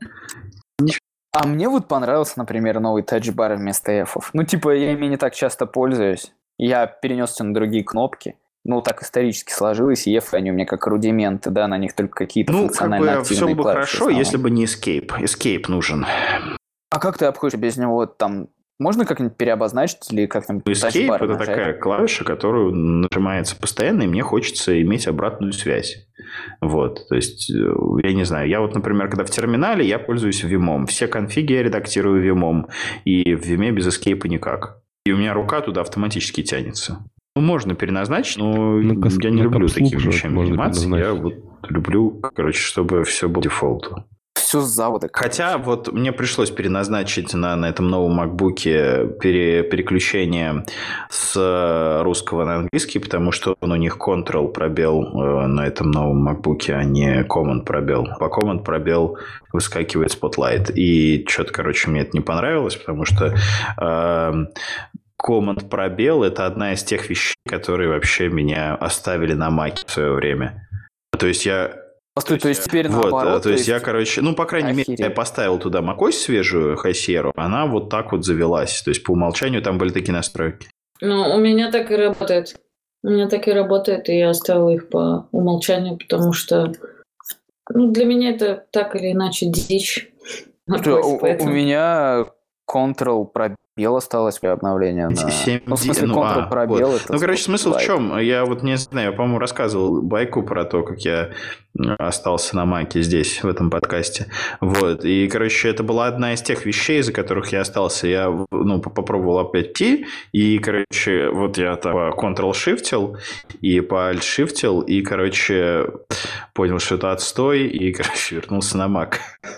А мне вот понравился, например, новый тачбар вместо эфов. Ну, типа, я ими не так часто пользуюсь. Я перенесся на другие кнопки. Ну, так исторически сложилось, и эфы, они у меня как рудименты, да, на них только какие-то Ну, как функционально бы все активные бы клавиши в хорошо, основном. если бы не escape. Escape нужен. А как ты обходишься без него? Там можно как-нибудь переобозначить или как-нибудь Escape тачбар – это нажать? такая клавиша, которую нажимается постоянно, и мне хочется иметь обратную связь. Вот, то есть, э, я не знаю, я вот, например, когда в терминале, я пользуюсь Vim. Все конфиги я редактирую Vim, и в Vim без Escape никак. И у меня рука туда автоматически тянется. Ну, можно переназначить, но Ну, кас- я не на люблю капслук такими же вещами можно заниматься. Я переназначить. вот люблю, короче, чтобы все было по дефолту. Все с завода. Хотя вот мне пришлось переназначить на, на этом новом макбуке пере, переключение с русского на английский, потому что он у них Ctrl пробел э, на этом новом макбуке, а не Command пробел. По Command пробел выскакивает Spotlight. И что-то, короче, мне это не понравилось, потому что э, Command пробел – это одна из тех вещей, которые вообще меня оставили на маке в свое время. То есть я... Постой, то есть теперь Вот, наоборот? э, то есть я, короче, ну, по крайней мере, Охереть. я поставил туда macOS свежую, High Sierra, она вот так вот завелась. То есть по умолчанию там были такие настройки. Ну, у меня так и работает. У меня так и работает, и я оставила их по умолчанию, потому что ну, для меня это так или иначе дичь. Слушай, у, у Поэтому- меня Ctrl пробел осталось при обновлении. На... семь Ну, в смысле, ну, Ctrl а, пробел. вот. это Ну, короче, смысл в Spotlight. чем? Я вот не знаю, я, по-моему, рассказывал байку про то, как я остался на маке здесь, в этом подкасте. Вот. И, короче, это была одна из тех вещей, из-за которых я остался. Я, ну, попробовал опять идти, и, короче, вот я там Ctrl-shiftил, и по Alt-shiftил, и, короче, понял, что это отстой, и, короче, вернулся на Mac.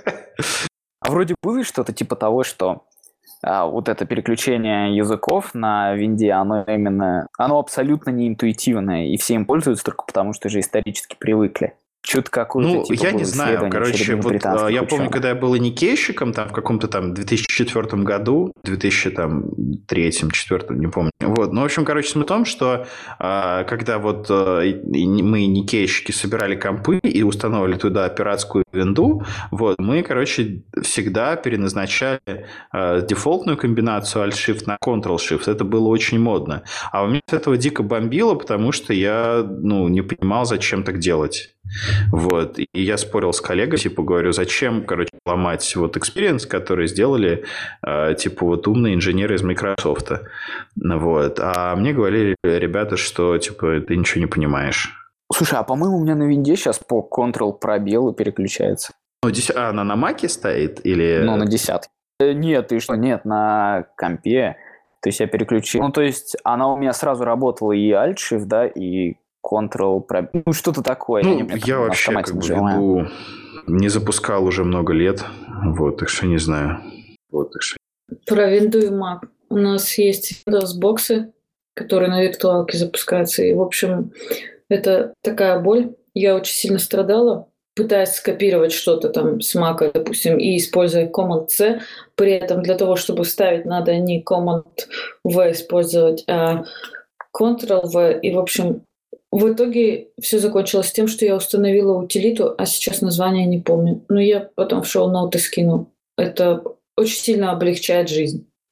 А вроде было что-то типа того, что а, вот это переключение языков на винде, оно именно, оно абсолютно неинтуитивное, и все им пользуются только потому, что же исторически привыкли. Что-то какое-то Ну, типа я не было знаю. исследование Короче, среди вот британских а, я помню, ученых. когда я был никейщиком, там в каком-то там две тысячи четвёртом году, две тысячи третьем, четвёртом, не помню. Вот. Ну, в общем, короче, смысл в том, что а, когда вот а, и- и мы, никейщики, собирали компы и устанавливали туда пиратскую винду, вот, мы, короче, всегда переназначали а, дефолтную комбинацию Alt-Shift на Ctrl-Shift. Это было очень модно. А у меня с этого дико бомбило, потому что я, ну, не понимал, зачем так делать. Вот. И я спорил с коллегой, типа, говорю, зачем, короче, ломать вот experience, который сделали, э, типа, вот умные инженеры из Microsoft. Вот. А мне говорили ребята, что, типа, ты ничего не понимаешь. Слушай, а по-моему, у меня на винде сейчас по Ctrl пробелу переключается. Ну, дес... а она на маке стоит? Или... Ну, на десятке. Э, Нет, ты что, нет, на компе. То есть я переключил. Ну, то есть она у меня сразу работала и Alt-Shift, да, и Ctrl пробел. Ну, что-то такое. Ну, они у меня там я на вообще автомате как бы нажимаю. винду не запускал уже много лет. Вот, так что не знаю. Вот, так что... Про винду и Mac. У нас есть Windows-боксы, которые на виртуалке запускаются. И, в общем, это такая боль. Я очень сильно страдала, пытаясь скопировать что-то там с Mac, допустим, и используя Command-C. При этом для того, чтобы вставить, надо не Command-V использовать, а Ctrl-V. И, в общем, в итоге все закончилось тем, что я установила утилиту, а сейчас название не помню. Но я потом в шоу-ноуты скину. Это очень сильно облегчает жизнь.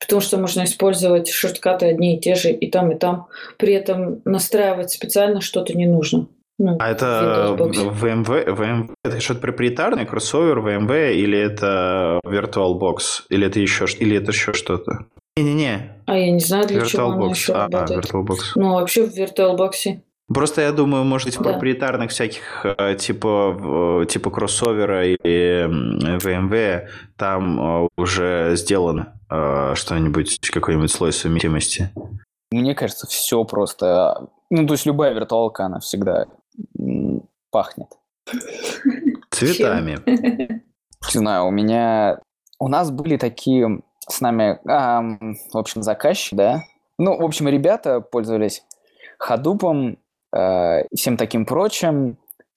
потому что можно использовать шорткаты одни и те же и там, и там. При этом настраивать специально что-то не нужно. Ну, А это ви эм ви, ви эм ви это что-то проприетарный кроссовер ви эм ви или это VirtualBox? Или это еще, или это еще что-то? Не-не-не. А я не знаю, для чего она VirtualBox. еще А, работает. VirtualBox. Ну, вообще в VirtualBox. Просто я думаю, может быть, в Да. проприетарных всяких э, типа, э, типа кроссовера или ви эм ви там э, уже сделано э, что-нибудь, какой-нибудь слой совместимости. Мне кажется, все просто... Ну, то есть любая виртуалка, она всегда м, пахнет. Цветами. Не знаю, у меня... У нас были такие с нами, а, в общем, заказчики, да? Ну, в общем, ребята пользовались Hadoop, э, всем таким прочим,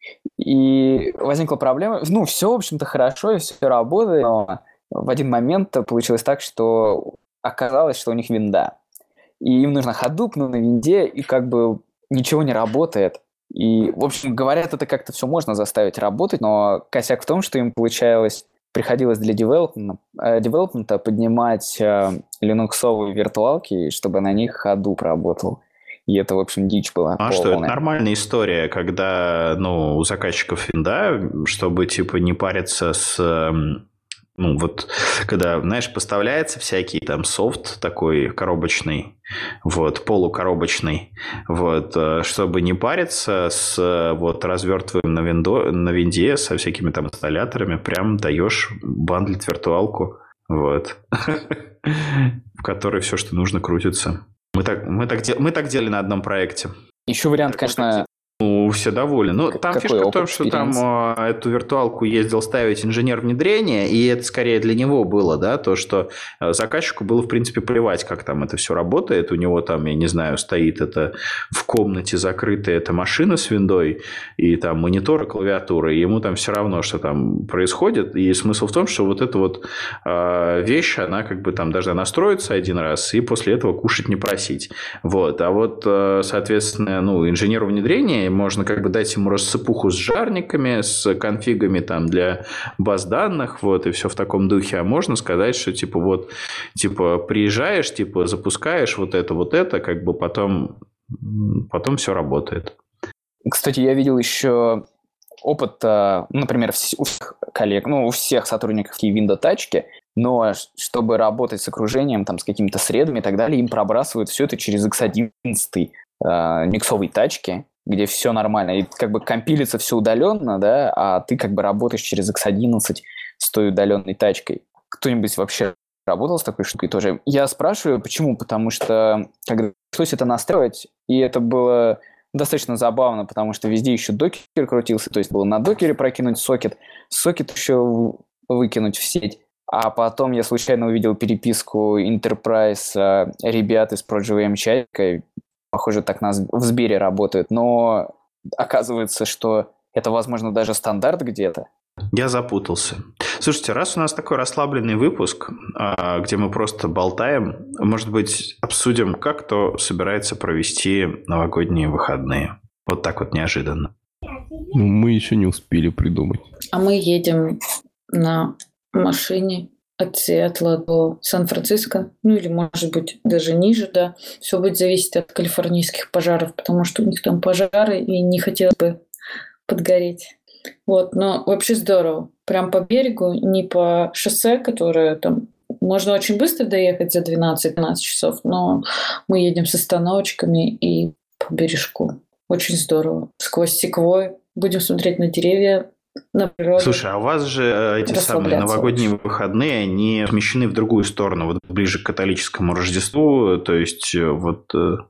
и возникла проблема. Ну, все, в общем-то, хорошо, и все работает, но в один момент получилось так, что оказалось, что у них винда. И им нужно Hadoop, но на винде, и как бы ничего не работает. И, в общем, говорят, это как-то все можно заставить работать, но косяк в том, что им получалось, приходилось для девелопмента, э, девелопмента поднимать э, линуксовые виртуалки, чтобы на них Hadoop работал. И это, в общем, дичь была. А полная. что, это нормальная история, когда, ну, у заказчиков винда, чтобы, типа, не париться с... Ну, вот, когда, знаешь, поставляется всякий там софт такой коробочный, вот, полукоробочный, вот, чтобы не париться с, вот, развертываем на, виндо, на винде со всякими там инсталляторами, прям даешь бандлить виртуалку, вот, в которой все, что нужно, крутится. Мы так, мы так, мы так делали на одном проекте. Еще вариант, конечно... Ну, все довольны. Ну, там Какой фишка в том, опыт, что там э, эту виртуалку ездил ставить инженер внедрения, и это скорее для него было, да, то, что э, заказчику было, в принципе, плевать, как там это все работает. У него там, я не знаю, стоит это в комнате закрытая эта машина с виндой, и там монитор и клавиатура, и ему там все равно, что там происходит. И смысл в том, что вот эта вот э, вещь, она как бы там должна настроиться один раз, и после этого кушать не просить. Вот. А вот, э, соответственно, ну, инженеру внедрения можно как бы дать ему рассыпуху с жарниками, с конфигами там для баз данных, вот, и все в таком духе. А можно сказать, что типа вот, типа приезжаешь, типа запускаешь вот это, вот это, как бы потом, потом все работает. Кстати, я видел еще опыт, например, у всех коллег, ну, у всех сотрудников Windows тачки, но чтобы работать с окружением, там, с какими-то средами и так далее, им пробрасывают все это через икс одиннадцать э, миксовой тачки, где все нормально. И как бы компилится все удаленно, да, а ты как бы работаешь через икс одиннадцать с той удаленной тачкой. Кто-нибудь вообще работал с такой штукой тоже? Я спрашиваю, почему? Потому что когда пришлось это настраивать, и это было достаточно забавно, потому что везде еще докер крутился, то есть было на докере прокинуть сокет, сокет еще выкинуть в сеть. А потом я случайно увидел переписку Enterprise ребят из ProGVM чатика, похоже, так нас в Сбере работают, но оказывается, что это, возможно, даже стандарт где-то. Я запутался. Слушайте, раз у нас такой расслабленный выпуск, где мы просто болтаем, может быть, обсудим, как кто собирается провести новогодние выходные. Вот так вот неожиданно. Мы еще не успели придумать. А мы едем на машине от Сиэтла до Сан-Франциско, ну или, может быть, даже ниже, да. Все будет зависеть от калифорнийских пожаров, потому что у них там пожары, и не хотелось бы подгореть. Вот, но вообще здорово. Прям по берегу, не по шоссе, которое там можно очень быстро доехать за двенадцать-двенадцать часов, но мы едем с остановочками и по бережку. Очень здорово. Сквозь секвой будем смотреть на деревья, на природу. Слушай, а у вас же эти самые новогодние очень. выходные, они смещены в другую сторону, вот ближе к католическому Рождеству, то есть вот,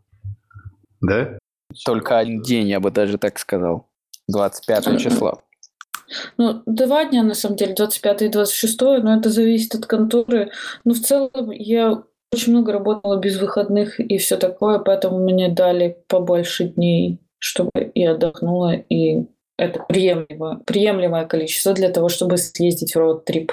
да? Только один день, я бы даже так сказал. двадцать пятое число. Ну, два дня, на самом деле, двадцать пятое и двадцать шестое, но это зависит от конторы. Но в целом я очень много работала без выходных и все такое, поэтому мне дали побольше дней, чтобы я отдохнула, и это приемлемое, приемлемое количество для того, чтобы съездить в роуд-трип.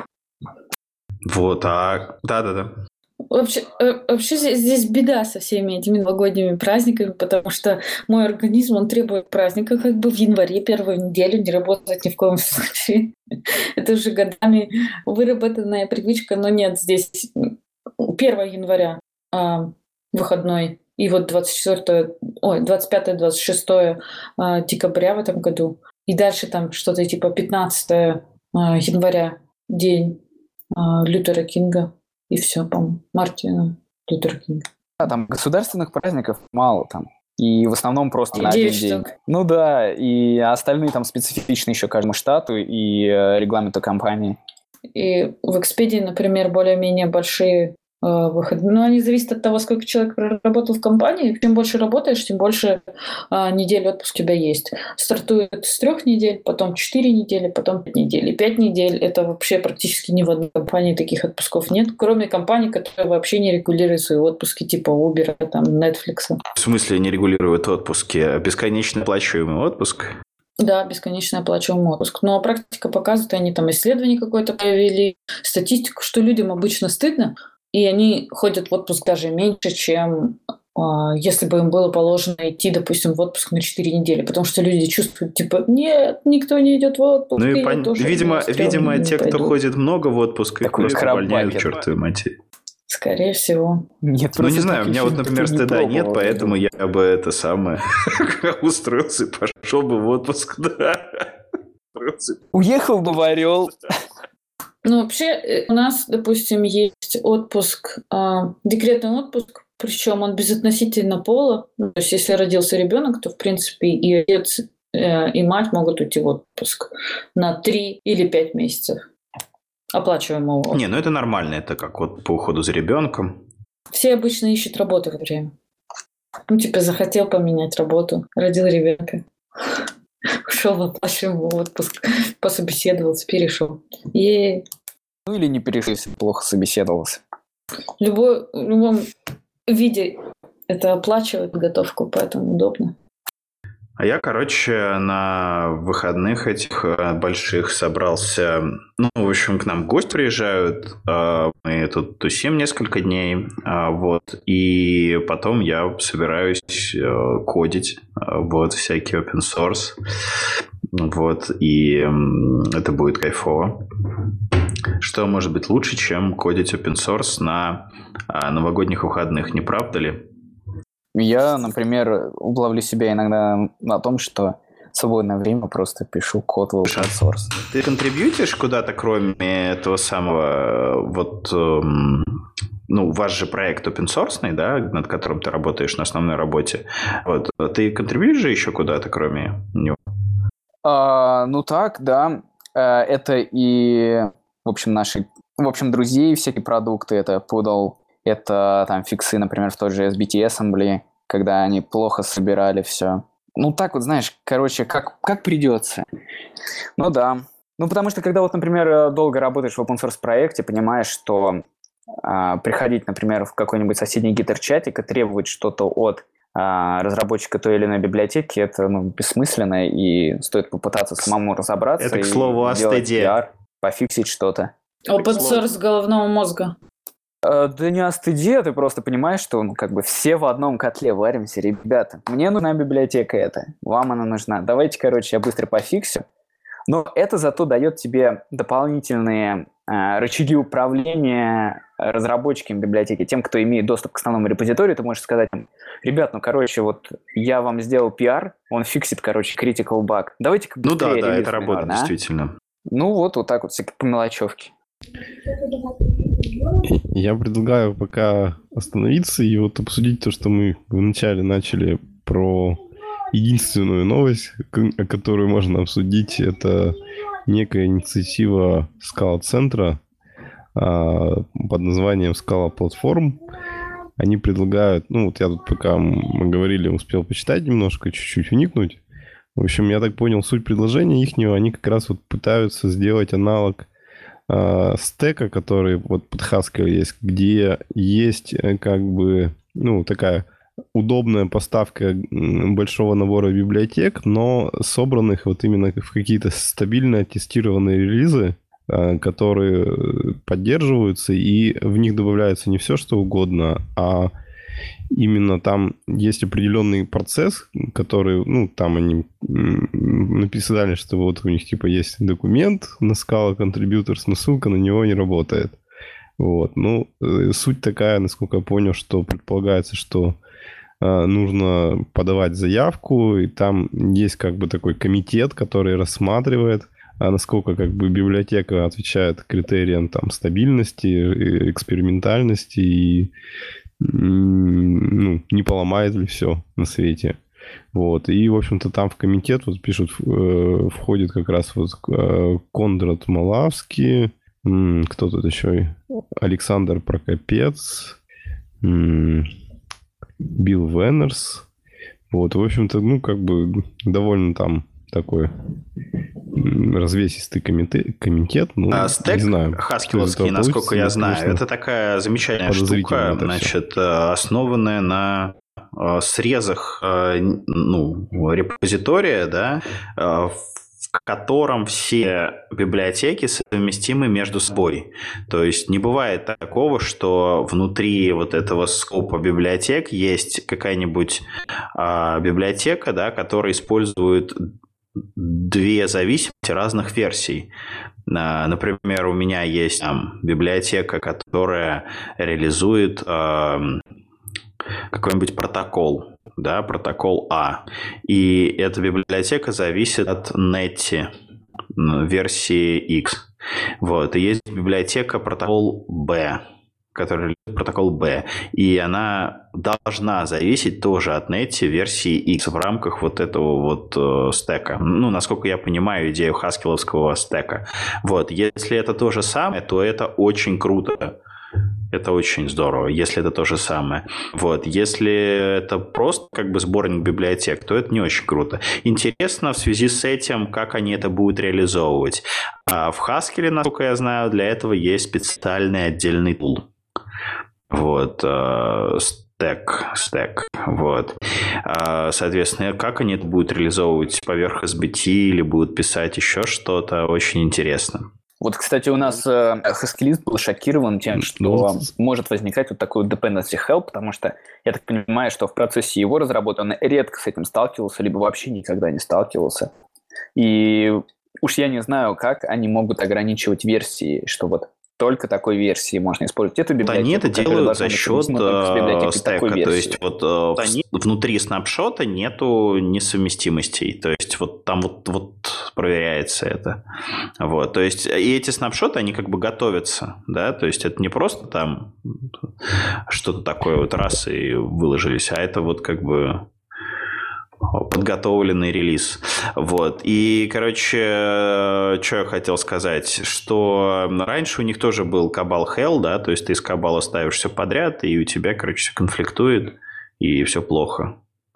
Вот, а... Да-да-да. Вообще, вообще здесь беда со всеми этими новогодними праздниками, потому что мой организм, он требует праздника как бы в январе, первую неделю не работать ни в коем случае. Это уже годами выработанная привычка, но нет, здесь первого января а, выходной, и вот двадцать четвёртого, ой, двадцать пятого двадцать шестого а, декабря в этом году. И дальше там что-то типа пятнадцатого а, января, день а, Лютера Кинга. И все, по-моему, Мартина Лютера Кинга. Да, там государственных праздников мало там. И в основном просто на один девять день. штук. Ну да, и остальные там специфичны еще каждому штату и э, регламенту компании. И в Экспедии, например, более-менее большие э, выходные. Но они зависят от того, сколько человек проработал в компании. Чем больше работаешь, тем больше э, недель отпуска у тебя есть. Стартует с трех недель, потом четыре недели, потом пять недель. И пять недель – это вообще практически ни в одной компании таких отпусков нет, кроме компаний, которые вообще не регулируют свои отпуски, типа Uber, там, Netflix. В смысле не регулируют отпуски? Бесконечно оплачиваемый отпуск? Да, бесконечно оплачиваемый отпуск. Но практика показывает, они там исследование какое-то провели, статистику, что людям обычно стыдно, и они ходят в отпуск даже меньше, чем а, если бы им было положено идти, допустим, в отпуск на четыре недели. Потому что люди чувствуют, типа, нет, никто не идет в отпуск. Ну и, и пон... тоже видимо, не видимо не те, пойду. кто ходит много в отпуск, их Такой увольняют к скоробагер. чертовой матери. Скорее всего. Нет, Ну, не просто знаю, у таких меня вот, фильмов например, я не стыда нет, пробовал. поэтому я бы это самое устроился и пошел бы в отпуск, да. Устроился. Уехал бы в Орел. Ну, вообще, э, у нас, допустим, есть отпуск, а, декретный отпуск, причем он безотносительно пола. Ну, то есть, если родился ребенок, то, в принципе, и отец, э, и мать могут уйти в отпуск на три или пять месяцев оплачиваемого отпуска. Не, ну это нормально, это как вот по уходу за ребенком. Все обычно ищут работу в это время. Ну, типа, захотел поменять работу, родил ребенка, ушел в оплачиваемый отпуск, пособеседовался, перешел. И Ну или не перешли, если плохо собеседовался. в любой, в любом виде это оплачивает подготовку, поэтому удобно. А я, короче, на выходных этих э, больших собрался... Ну, в общем, к нам в гости приезжают. э, Мы тут тусим несколько дней. э, Вот. И потом я собираюсь э, кодить. э, Вот. Всякий open source. Вот. И м, это будет кайфово. Что может быть лучше, чем кодить open source на э, новогодних выходных? Не правда ли? Я, например, ловлю себя иногда на том, что в свободное время просто пишу код в open source. Ты контрибьютишь куда-то, кроме этого самого, вот, эм, ну, у вас же проект open source, да, над которым ты работаешь на основной работе. Вот, ты контрибьютишь же еще куда-то, кроме него? А, ну так, да. А, это и, в общем, наши, в общем, друзей всякие продукты, это Poodle, это там фиксы, например, в той же эс би ти Assembly, когда они плохо собирали все. Ну так вот, знаешь, короче, как, как придется. Ну да. Ну потому что, когда вот, например, долго работаешь в open source проекте, понимаешь, что а, приходить, например, в какой-нибудь соседний гитар-чатик и требовать что-то от а, разработчика той или иной библиотеки, это ну, бессмысленно, и стоит попытаться самому разобраться. Это, к и слову, о сделать стыде. пиар, пофиксить что-то. Open source головного мозга. Э, Да не о стыде, ты просто понимаешь, что ну, как бы все в одном котле варимся, ребята. Мне нужна библиотека эта, вам она нужна. Давайте, короче, я быстро пофиксю. Но это зато дает тебе дополнительные э, рычаги управления разработчиками библиотеки. Тем, кто имеет доступ к основному репозиторию, ты можешь сказать им: ребят, ну, короче, вот я вам сделал пиар, он фиксит, короче, critical bug. Давайте-ка Ну да, быстрее да, релиз это работает, примерно, а? действительно. Ну вот, вот так вот, всякие по мелочевке. Я предлагаю пока остановиться и вот обсудить то, что мы вначале начали про единственную новость, к- которую можно обсудить. Это некая инициатива Scala-центра а, под названием Scala Platform. Они предлагают, ну вот я тут пока мы говорили, успел почитать немножко, чуть-чуть вникнуть. В общем, я так понял, суть предложения ихнего, они как раз вот пытаются сделать аналог э, стека, который вот под Haskell есть, где есть э, как бы, ну, такая удобная поставка м, большого набора библиотек, но собранных вот именно в какие-то стабильно тестированные релизы, э, которые поддерживаются, и в них добавляется не все, что угодно, а именно там есть определенный процесс, который, ну, там они м, написали, что вот у них типа есть документ на Scala Contributors, но ссылка на него не работает. Вот. Ну, э, суть такая, насколько я понял, что предполагается, что э, нужно подавать заявку, и там есть как бы такой комитет, который рассматривает, а насколько как бы библиотека отвечает критериям там стабильности, э, экспериментальности и ну, не поломает ли все на свете. Вот. И, в общем-то, там в комитет, вот пишут, э, входит как раз вот э, Кондрат Малавский, м, кто тут еще? Александр Прокопец, м, Билл Веннерс. Вот, в общем-то, ну, как бы довольно там такой м, развесистый комитет, комитет ну, А стек не знаю, хаскиловский, насколько я знаю, конечно, это такая замечательная подозрительно штука, это всё. значит, э, основанная на э, срезах э, н- ну, репозитория, да, э, в котором все библиотеки совместимы между собой. То есть не бывает такого, что внутри вот этого скопа библиотек есть какая-нибудь а, библиотека, да, которая использует две зависимости разных версий. А, Например, у меня есть там библиотека, которая реализует а, какой-нибудь протокол, да, протокол А. И эта библиотека зависит от Netty м, версии X. Вот. И есть библиотека протокол B, который реализует протокол B. И она должна зависеть тоже от Netty версии X в рамках вот этого вот э, стека. Ну, насколько я понимаю идею хаскиловского стека. Вот. Если это то же самое, то это очень круто. Это очень здорово, если это то же самое. Вот. Если это просто как бы сборник библиотек, то это не очень круто. Интересно в связи с этим, как они это будут реализовывать. А в Haskell, насколько я знаю, для этого есть специальный отдельный тул. Вот. Стек. Стек. Вот. Соответственно, как они это будут реализовывать поверх эс би ти или будут писать еще что-то, очень интересно. Вот, кстати, у нас э, хаскилист был шокирован тем, что Ну, может возникать вот такой dependency hell, потому что я так понимаю, что в процессе его разработки он редко с этим сталкивался, либо вообще никогда не сталкивался. И уж я не знаю, как они могут ограничивать версии, что вот только такой версии можно использовать эту библиотеку. Они это которая делают должна за быть счет совместима только с библиотекой э, стека. такой То версии. есть вот э, Они- в- внутри снапшота нету несовместимостей. То есть вот там вот, вот проверяется это. Вот. То есть и эти снапшоты, они как бы готовятся. Да? То есть это не просто там что-то такое вот раз и выложились, а это вот как бы подготовленный релиз. Вот. И, короче, что я хотел сказать, что раньше у них тоже был Cabal Hell, да, то есть ты из Cabal ставишь все подряд, и у тебя, короче, все конфликтует, и все плохо.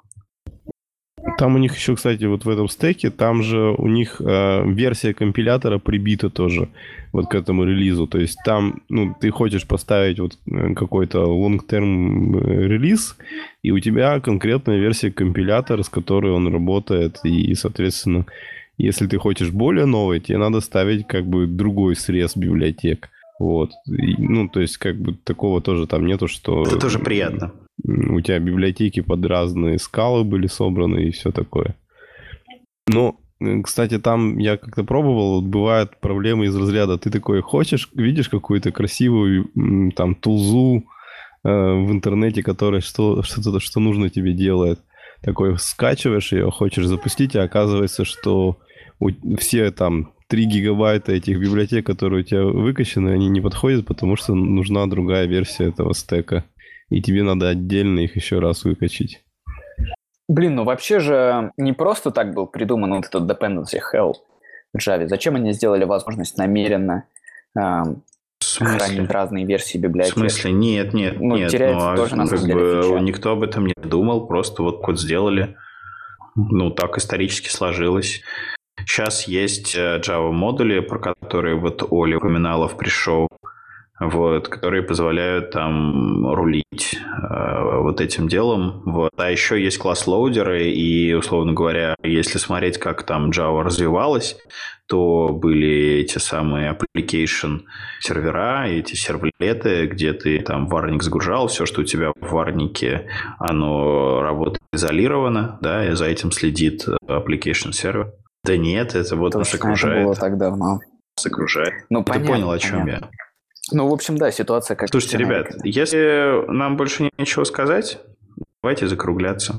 Там у них еще, кстати, вот в этом стеке, там же у них э, версия компилятора прибита тоже вот к этому релизу. То есть там, ну, ты хочешь поставить вот э, какой-то long-term релиз, и у тебя конкретная версия компилятора, с которой он работает. И, соответственно, если ты хочешь более новый, тебе надо ставить как бы другой срез библиотек. Вот. И, ну, то есть, как бы такого тоже там нету, что... Это тоже приятно. У тебя библиотеки под разные скалы были собраны и все такое. Но, кстати, там я как-то пробовал, вот бывают проблемы из разряда. Ты такой хочешь, видишь какую-то красивую м, там тулзу э, в интернете, которая что, что-то, что нужно тебе делает. Такой скачиваешь ее, хочешь запустить, а оказывается, что у, все там три гигабайта этих библиотек, которые у тебя выкачаны, они не подходят, потому что нужна другая версия этого стека. И тебе надо отдельно их еще раз выкачать. Блин, ну вообще же не просто так был придуман вот этот dependency hell в Java. Зачем они сделали возможность намеренно эм, хранить разные версии В библиотек? смысле? Нет, нет, Ну, нет. теряется Ну, тоже, на как самом деле, бы фича. никто об этом не думал, просто вот код сделали. Ну, так исторически сложилось. Сейчас есть э, Java-модули, про которые вот Оля упоминала в pre-show, вот, которые позволяют там рулить э, вот этим делом. Вот. А еще есть класс-лоудеры, и, условно говоря, если смотреть, как там Java развивалась, то были эти самые application сервера, эти сервлеты, где ты там варник загружал, все, что у тебя в варнике, оно работает изолированно, да, и за этим следит application сервер. Да нет, это вот нас Точно, это окружает. было так давно. Нас окружает. Ну, Ты понятно, понял, о чем понятно. я? Ну, в общем, да, ситуация как... Слушайте, ребят, если нам больше нечего сказать, давайте закругляться.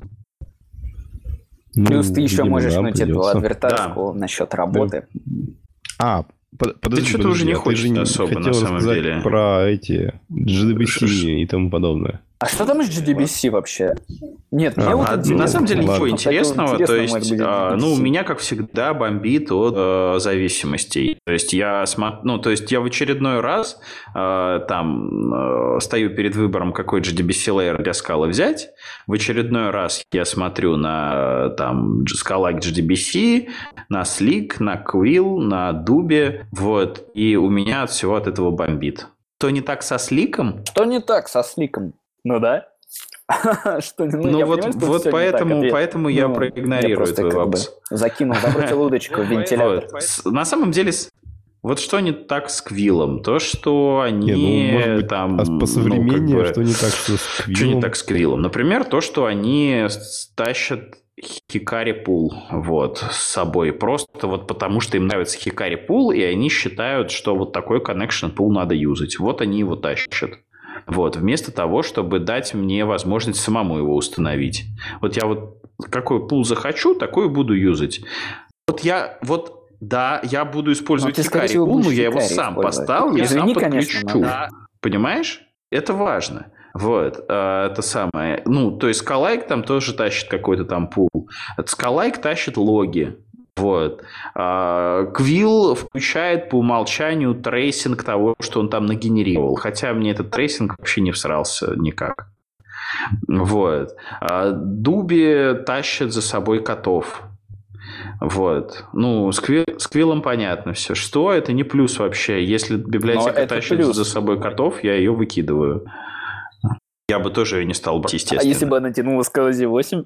Плюс Ну, ты еще видимо, можешь да, нуть эту придется. адвертайзку насчет работы. А, под- подожди, что-то подожди, уже не а ты хочешь же не особо, хотел на самом рассказать деле. про эти джи ди би си Ш- и тому подобное. А что там с джи ди би си вообще? Нет, мне А, вот А, интересно. на самом деле Ладно. ничего Что такого интересного, то интересного может есть, быть в а, ну, джи ди би си? меня, как всегда, бомбит от э, зависимостей. То есть, я смо- ну, то есть, я в очередной раз э, там э, стою перед выбором, какой джи ди би си layer для скалы взять. В очередной раз я смотрю на там Scala джи ди би си, на Slick, на Quill, на Dube, вот, и у меня от всего от этого бомбит. Что не так со Сликом? Что не так со сликом? Ну да. Что, ну, Ну, я вот, понимаю, что вот всё не поэтому, так, это я- поэтому я ну, проигнорирую я просто твой как бы вопрос. закинул, забросил удочку в вентилятор. Вот. С- На самом деле, с- вот что не так с Квиллом? То, что они Не, ну, может быть, там... а по современнее, ну, как бы, что не так со Сквиллом? что не так с Квиллом? Например, то, что они с- тащат Хикари Пул вот, с собой. Просто вот потому, что им нравится Хикари Пул, и они считают, что вот такой connection pool надо юзать. Вот они его тащат. Вот, вместо того, чтобы дать мне возможность самому его установить. Вот я вот какой пул захочу, такой и буду юзать. Вот я, вот, да, я буду использовать Но ты, скорее Хикари всего, пул, но будешь я его Хикари сам использовать. поставлю и сам Извини, конечно, подключу. но да. Понимаешь? Это важно. Вот, а, это самое. Ну, то есть Скалайк там тоже тащит какой-то там пул. Скалайк тащит логи. Вот. Квилл включает по умолчанию трейсинг того, что он там нагенерировал. Хотя мне этот трейсинг вообще не всрался никак. Вот. Дуби тащит за собой котов. Вот. Ну, с, Кви... с Квиллом понятно все. Что это не плюс вообще. Если библиотека тащит плюс. За собой котов, я ее выкидываю. Я бы тоже ее не стал брать, естественно. А если бы она тянула Scala восемь?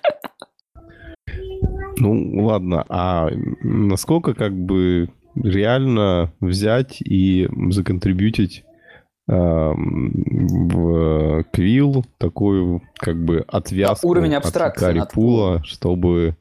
Ну, ладно. А насколько как бы реально взять и законтрибьютить э, в Квилл такую как бы отвязку да, уровень абстракции от Хикари Пула, чтобы...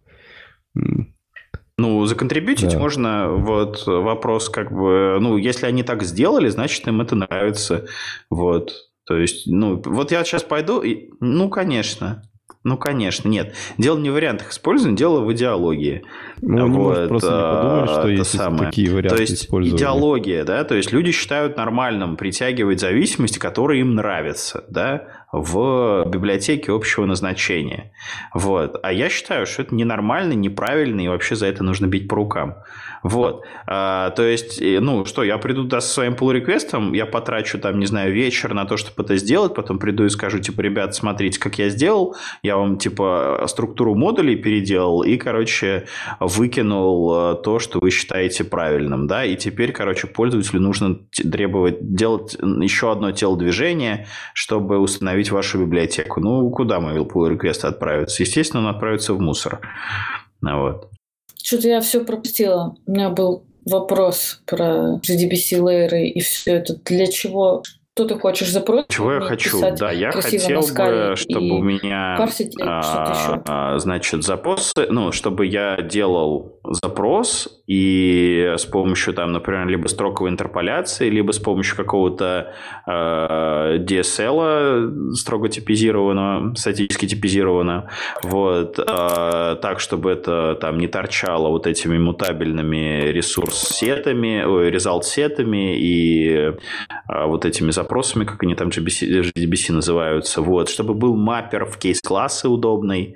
Ну, законтрибьютить да. можно, вот, вопрос как бы, ну, если они так сделали, значит, им это нравится, вот, то есть, ну, вот я сейчас пойду, и, ну, конечно, ну, конечно, нет, дело не в вариантах использования, дело в идеологии. Ну, они, вот, может, просто не подумали, что есть самое. такие варианты то есть, использования. Идеология, да, то есть, люди считают нормальным притягивать зависимости, которые им нравятся, да, в библиотеке общего назначения. Вот. А я считаю, что это ненормально, неправильно, и вообще за это нужно бить по рукам. Вот. А, то есть, ну, что, я приду да, со своим pull-реквестом, я потрачу, там, не знаю, вечер на то, чтобы это сделать, потом приду и скажу, типа, ребят, смотрите, как я сделал, я вам, типа, структуру модулей переделал и, короче, выкинул то, что вы считаете правильным, да, и теперь, короче, пользователю нужно требовать, делать еще одно телодвижение, чтобы установить вашу библиотеку. Ну, куда мой pull-реквест отправится? Естественно, он отправится в мусор. Вот. Что-то я все пропустила. У меня был вопрос про джи ди би си лейеры и все это. Для чего? Что ты хочешь запросить? Чего я хочу? Да, я хотел бы, чтобы у меня, парсить а, а, значит, запросы, ну, чтобы я делал запрос и с помощью, там, например, либо строковой интерполяции, либо с помощью какого-то э, ди эс эл строго типизированного, статически типизированного, вот, э, так, чтобы это там не торчало вот этими мутабельными ресурс-сетами, ой, резалт-сетами и э, вот этими запросами, как они там джи ди би си называются, вот, чтобы был маппер в кейс-классы удобный.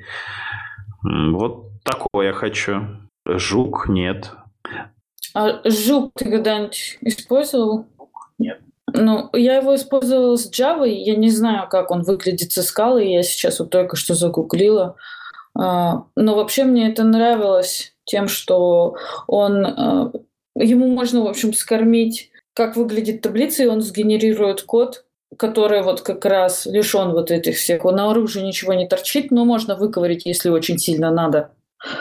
Вот такое я хочу. Жук нет. А жук ты когда-нибудь использовал? Нет. Ну, я его использовала с Java, я не знаю, как он выглядит со скалой, я сейчас вот только что загуглила. Но вообще мне это нравилось тем, что он... Ему можно, в общем, скормить, как выглядит таблица, и он сгенерирует код, который вот как раз лишен вот этих всех. Наружу ничего не торчит, но можно выковырять, если очень сильно надо.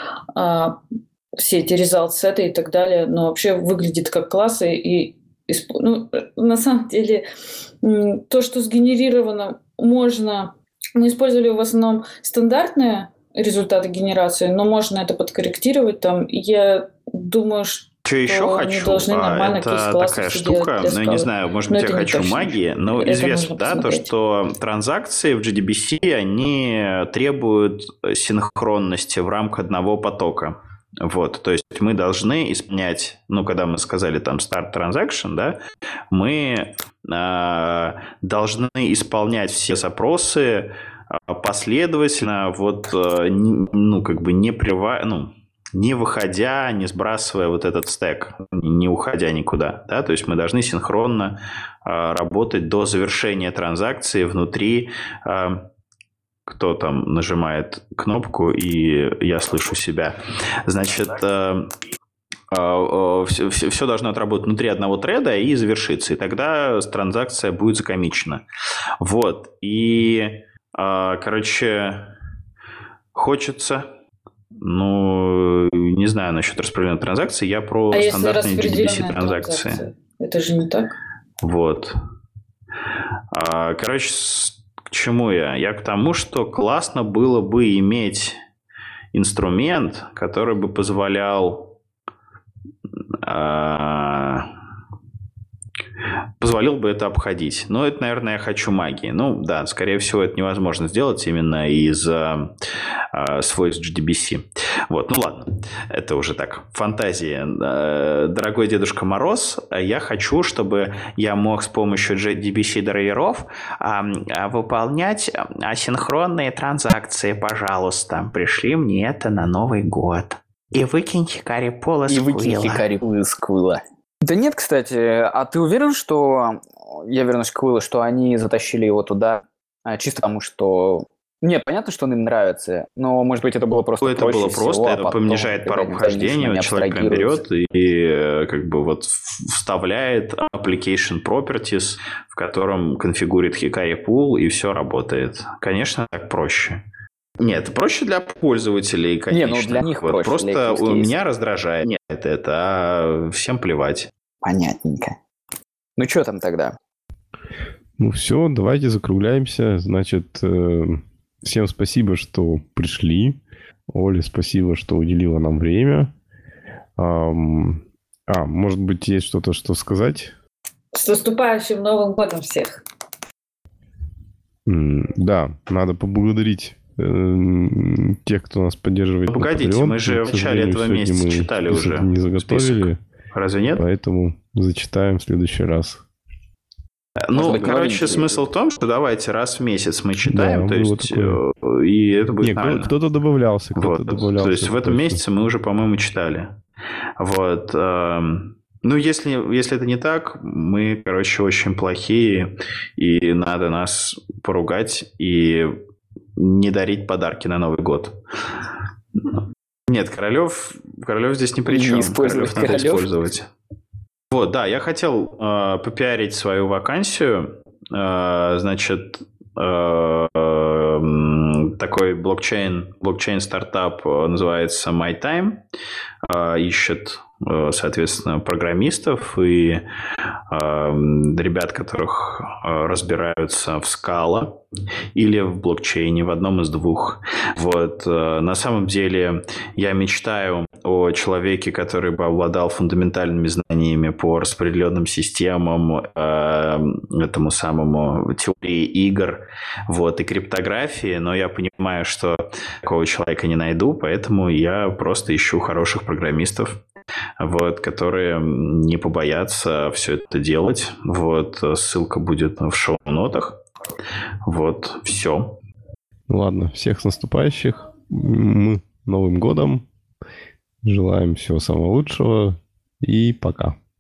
Все эти резалт-сеты и так далее, но вообще выглядит как классы. И, ну, на самом деле, то, что сгенерировано, можно... Мы использовали в основном стандартные результаты генерации, но можно это подкорректировать. Там, я думаю, что Что еще они хочу? должны А, нормально это кейс-классы такая все штука, делать для ну, я не скалы. знаю, может Но быть, я это не хочу точно. магии, но Это известно, нужно да, то, посмотреть. что транзакции в джи ди би си, они требуют синхронности в рамках одного потока. Вот, то есть мы должны исполнять, ну, когда мы сказали там start transaction, да, мы э, должны исполнять все запросы э, последовательно, вот, э, ну, как бы не прива... ну, не выходя, не сбрасывая вот этот стек, не уходя никуда. Да? То есть мы должны синхронно э, работать до завершения транзакции внутри. Э, кто там нажимает кнопку, и я слышу себя. Значит, э, э, э, все, все, все должно отработать внутри одного треда и завершиться. И тогда транзакция будет закомичена. Вот. И, э, короче, хочется... Ну, не знаю насчет распределенной транзакции. Я про А стандартные если джи ди би си распределенная транзакции. транзакция? Это же не так. Вот. А, короче, к чему я? Я к тому, что классно было бы иметь инструмент, который бы позволял... А, позволил бы это обходить. Но это, наверное, я хочу магии. Ну, да, скорее всего, это невозможно сделать именно из-за э, свойств джи ди би си. Вот, ну ладно, это уже так, фантазии. Э, дорогой Дедушка Мороз, я хочу, чтобы я мог с помощью джи ди би си драйверов э, выполнять асинхронные транзакции, пожалуйста. Пришли мне это на Новый год. И выкинь Хикари Пола И выкинь Хикари Пола из Квилла. Да нет, кстати, а ты уверен, что... Я вернусь к Квиллу, что они затащили его туда чисто потому, что... Нет, понятно, что он им нравится, но, может быть, это было просто это проще было просто, всего, это а потом, понижает когда порог они вхождения, конечно, человек берет и, и как бы вот вставляет application properties, в котором конфигурит Hikari Pool, и все работает. Конечно, так проще. Нет, проще для пользователей, конечно. Не, ну для них вот, проще. Просто у меня раздражает. Нет, это, это а всем плевать. Понятненько. Ну, что там тогда? Ну, все, давайте закругляемся. Значит, э, всем спасибо, что пришли. Оле, спасибо, что уделила нам время. Ам, а, может быть, есть что-то, что сказать? С наступающим Новым годом всех! М, да, надо поблагодарить тех, кто нас поддерживает. Ну, погодите, Patreon. мы же в начале этого месяца читали уже не заготовили. Список. Разве нет? Поэтому зачитаем в следующий раз. Ну, быть, короче, смысл в том, что давайте раз в месяц мы читаем, да, то есть такое... и это будет Нет, нормально. Кто-то добавлялся, кто-то вот. добавлялся. То есть в этом точно. месяце мы уже, по-моему, читали. Вот. Ну, если, если это не так, мы, короче, очень плохие, и надо нас поругать и не дарить подарки на Новый год. Нет, Королев, Королев здесь ни при чем. Не использовать Королев надо Королев. использовать. Вот, да, я хотел э, попиарить свою вакансию. Э, значит, э, э, такой блокчейн, блокчейн-стартап называется MyTime. Э, ищет, э, соответственно, программистов и э, ребят, которых э, разбираются в Scala или в блокчейне, в одном из двух. Вот. Э, на самом деле я мечтаю о человеке, который бы обладал фундаментальными знаниями по распределенным системам, э, этому самому теории игр, вот, и криптографии, но я понимаю, что такого человека не найду, поэтому я просто ищу хороших программистов, вот, которые не побоятся все это делать. Вот, ссылка будет в шоу-нотах. Вот, все. Ладно, всех с наступающих. Мы Новым годом. Желаем всего самого лучшего и пока.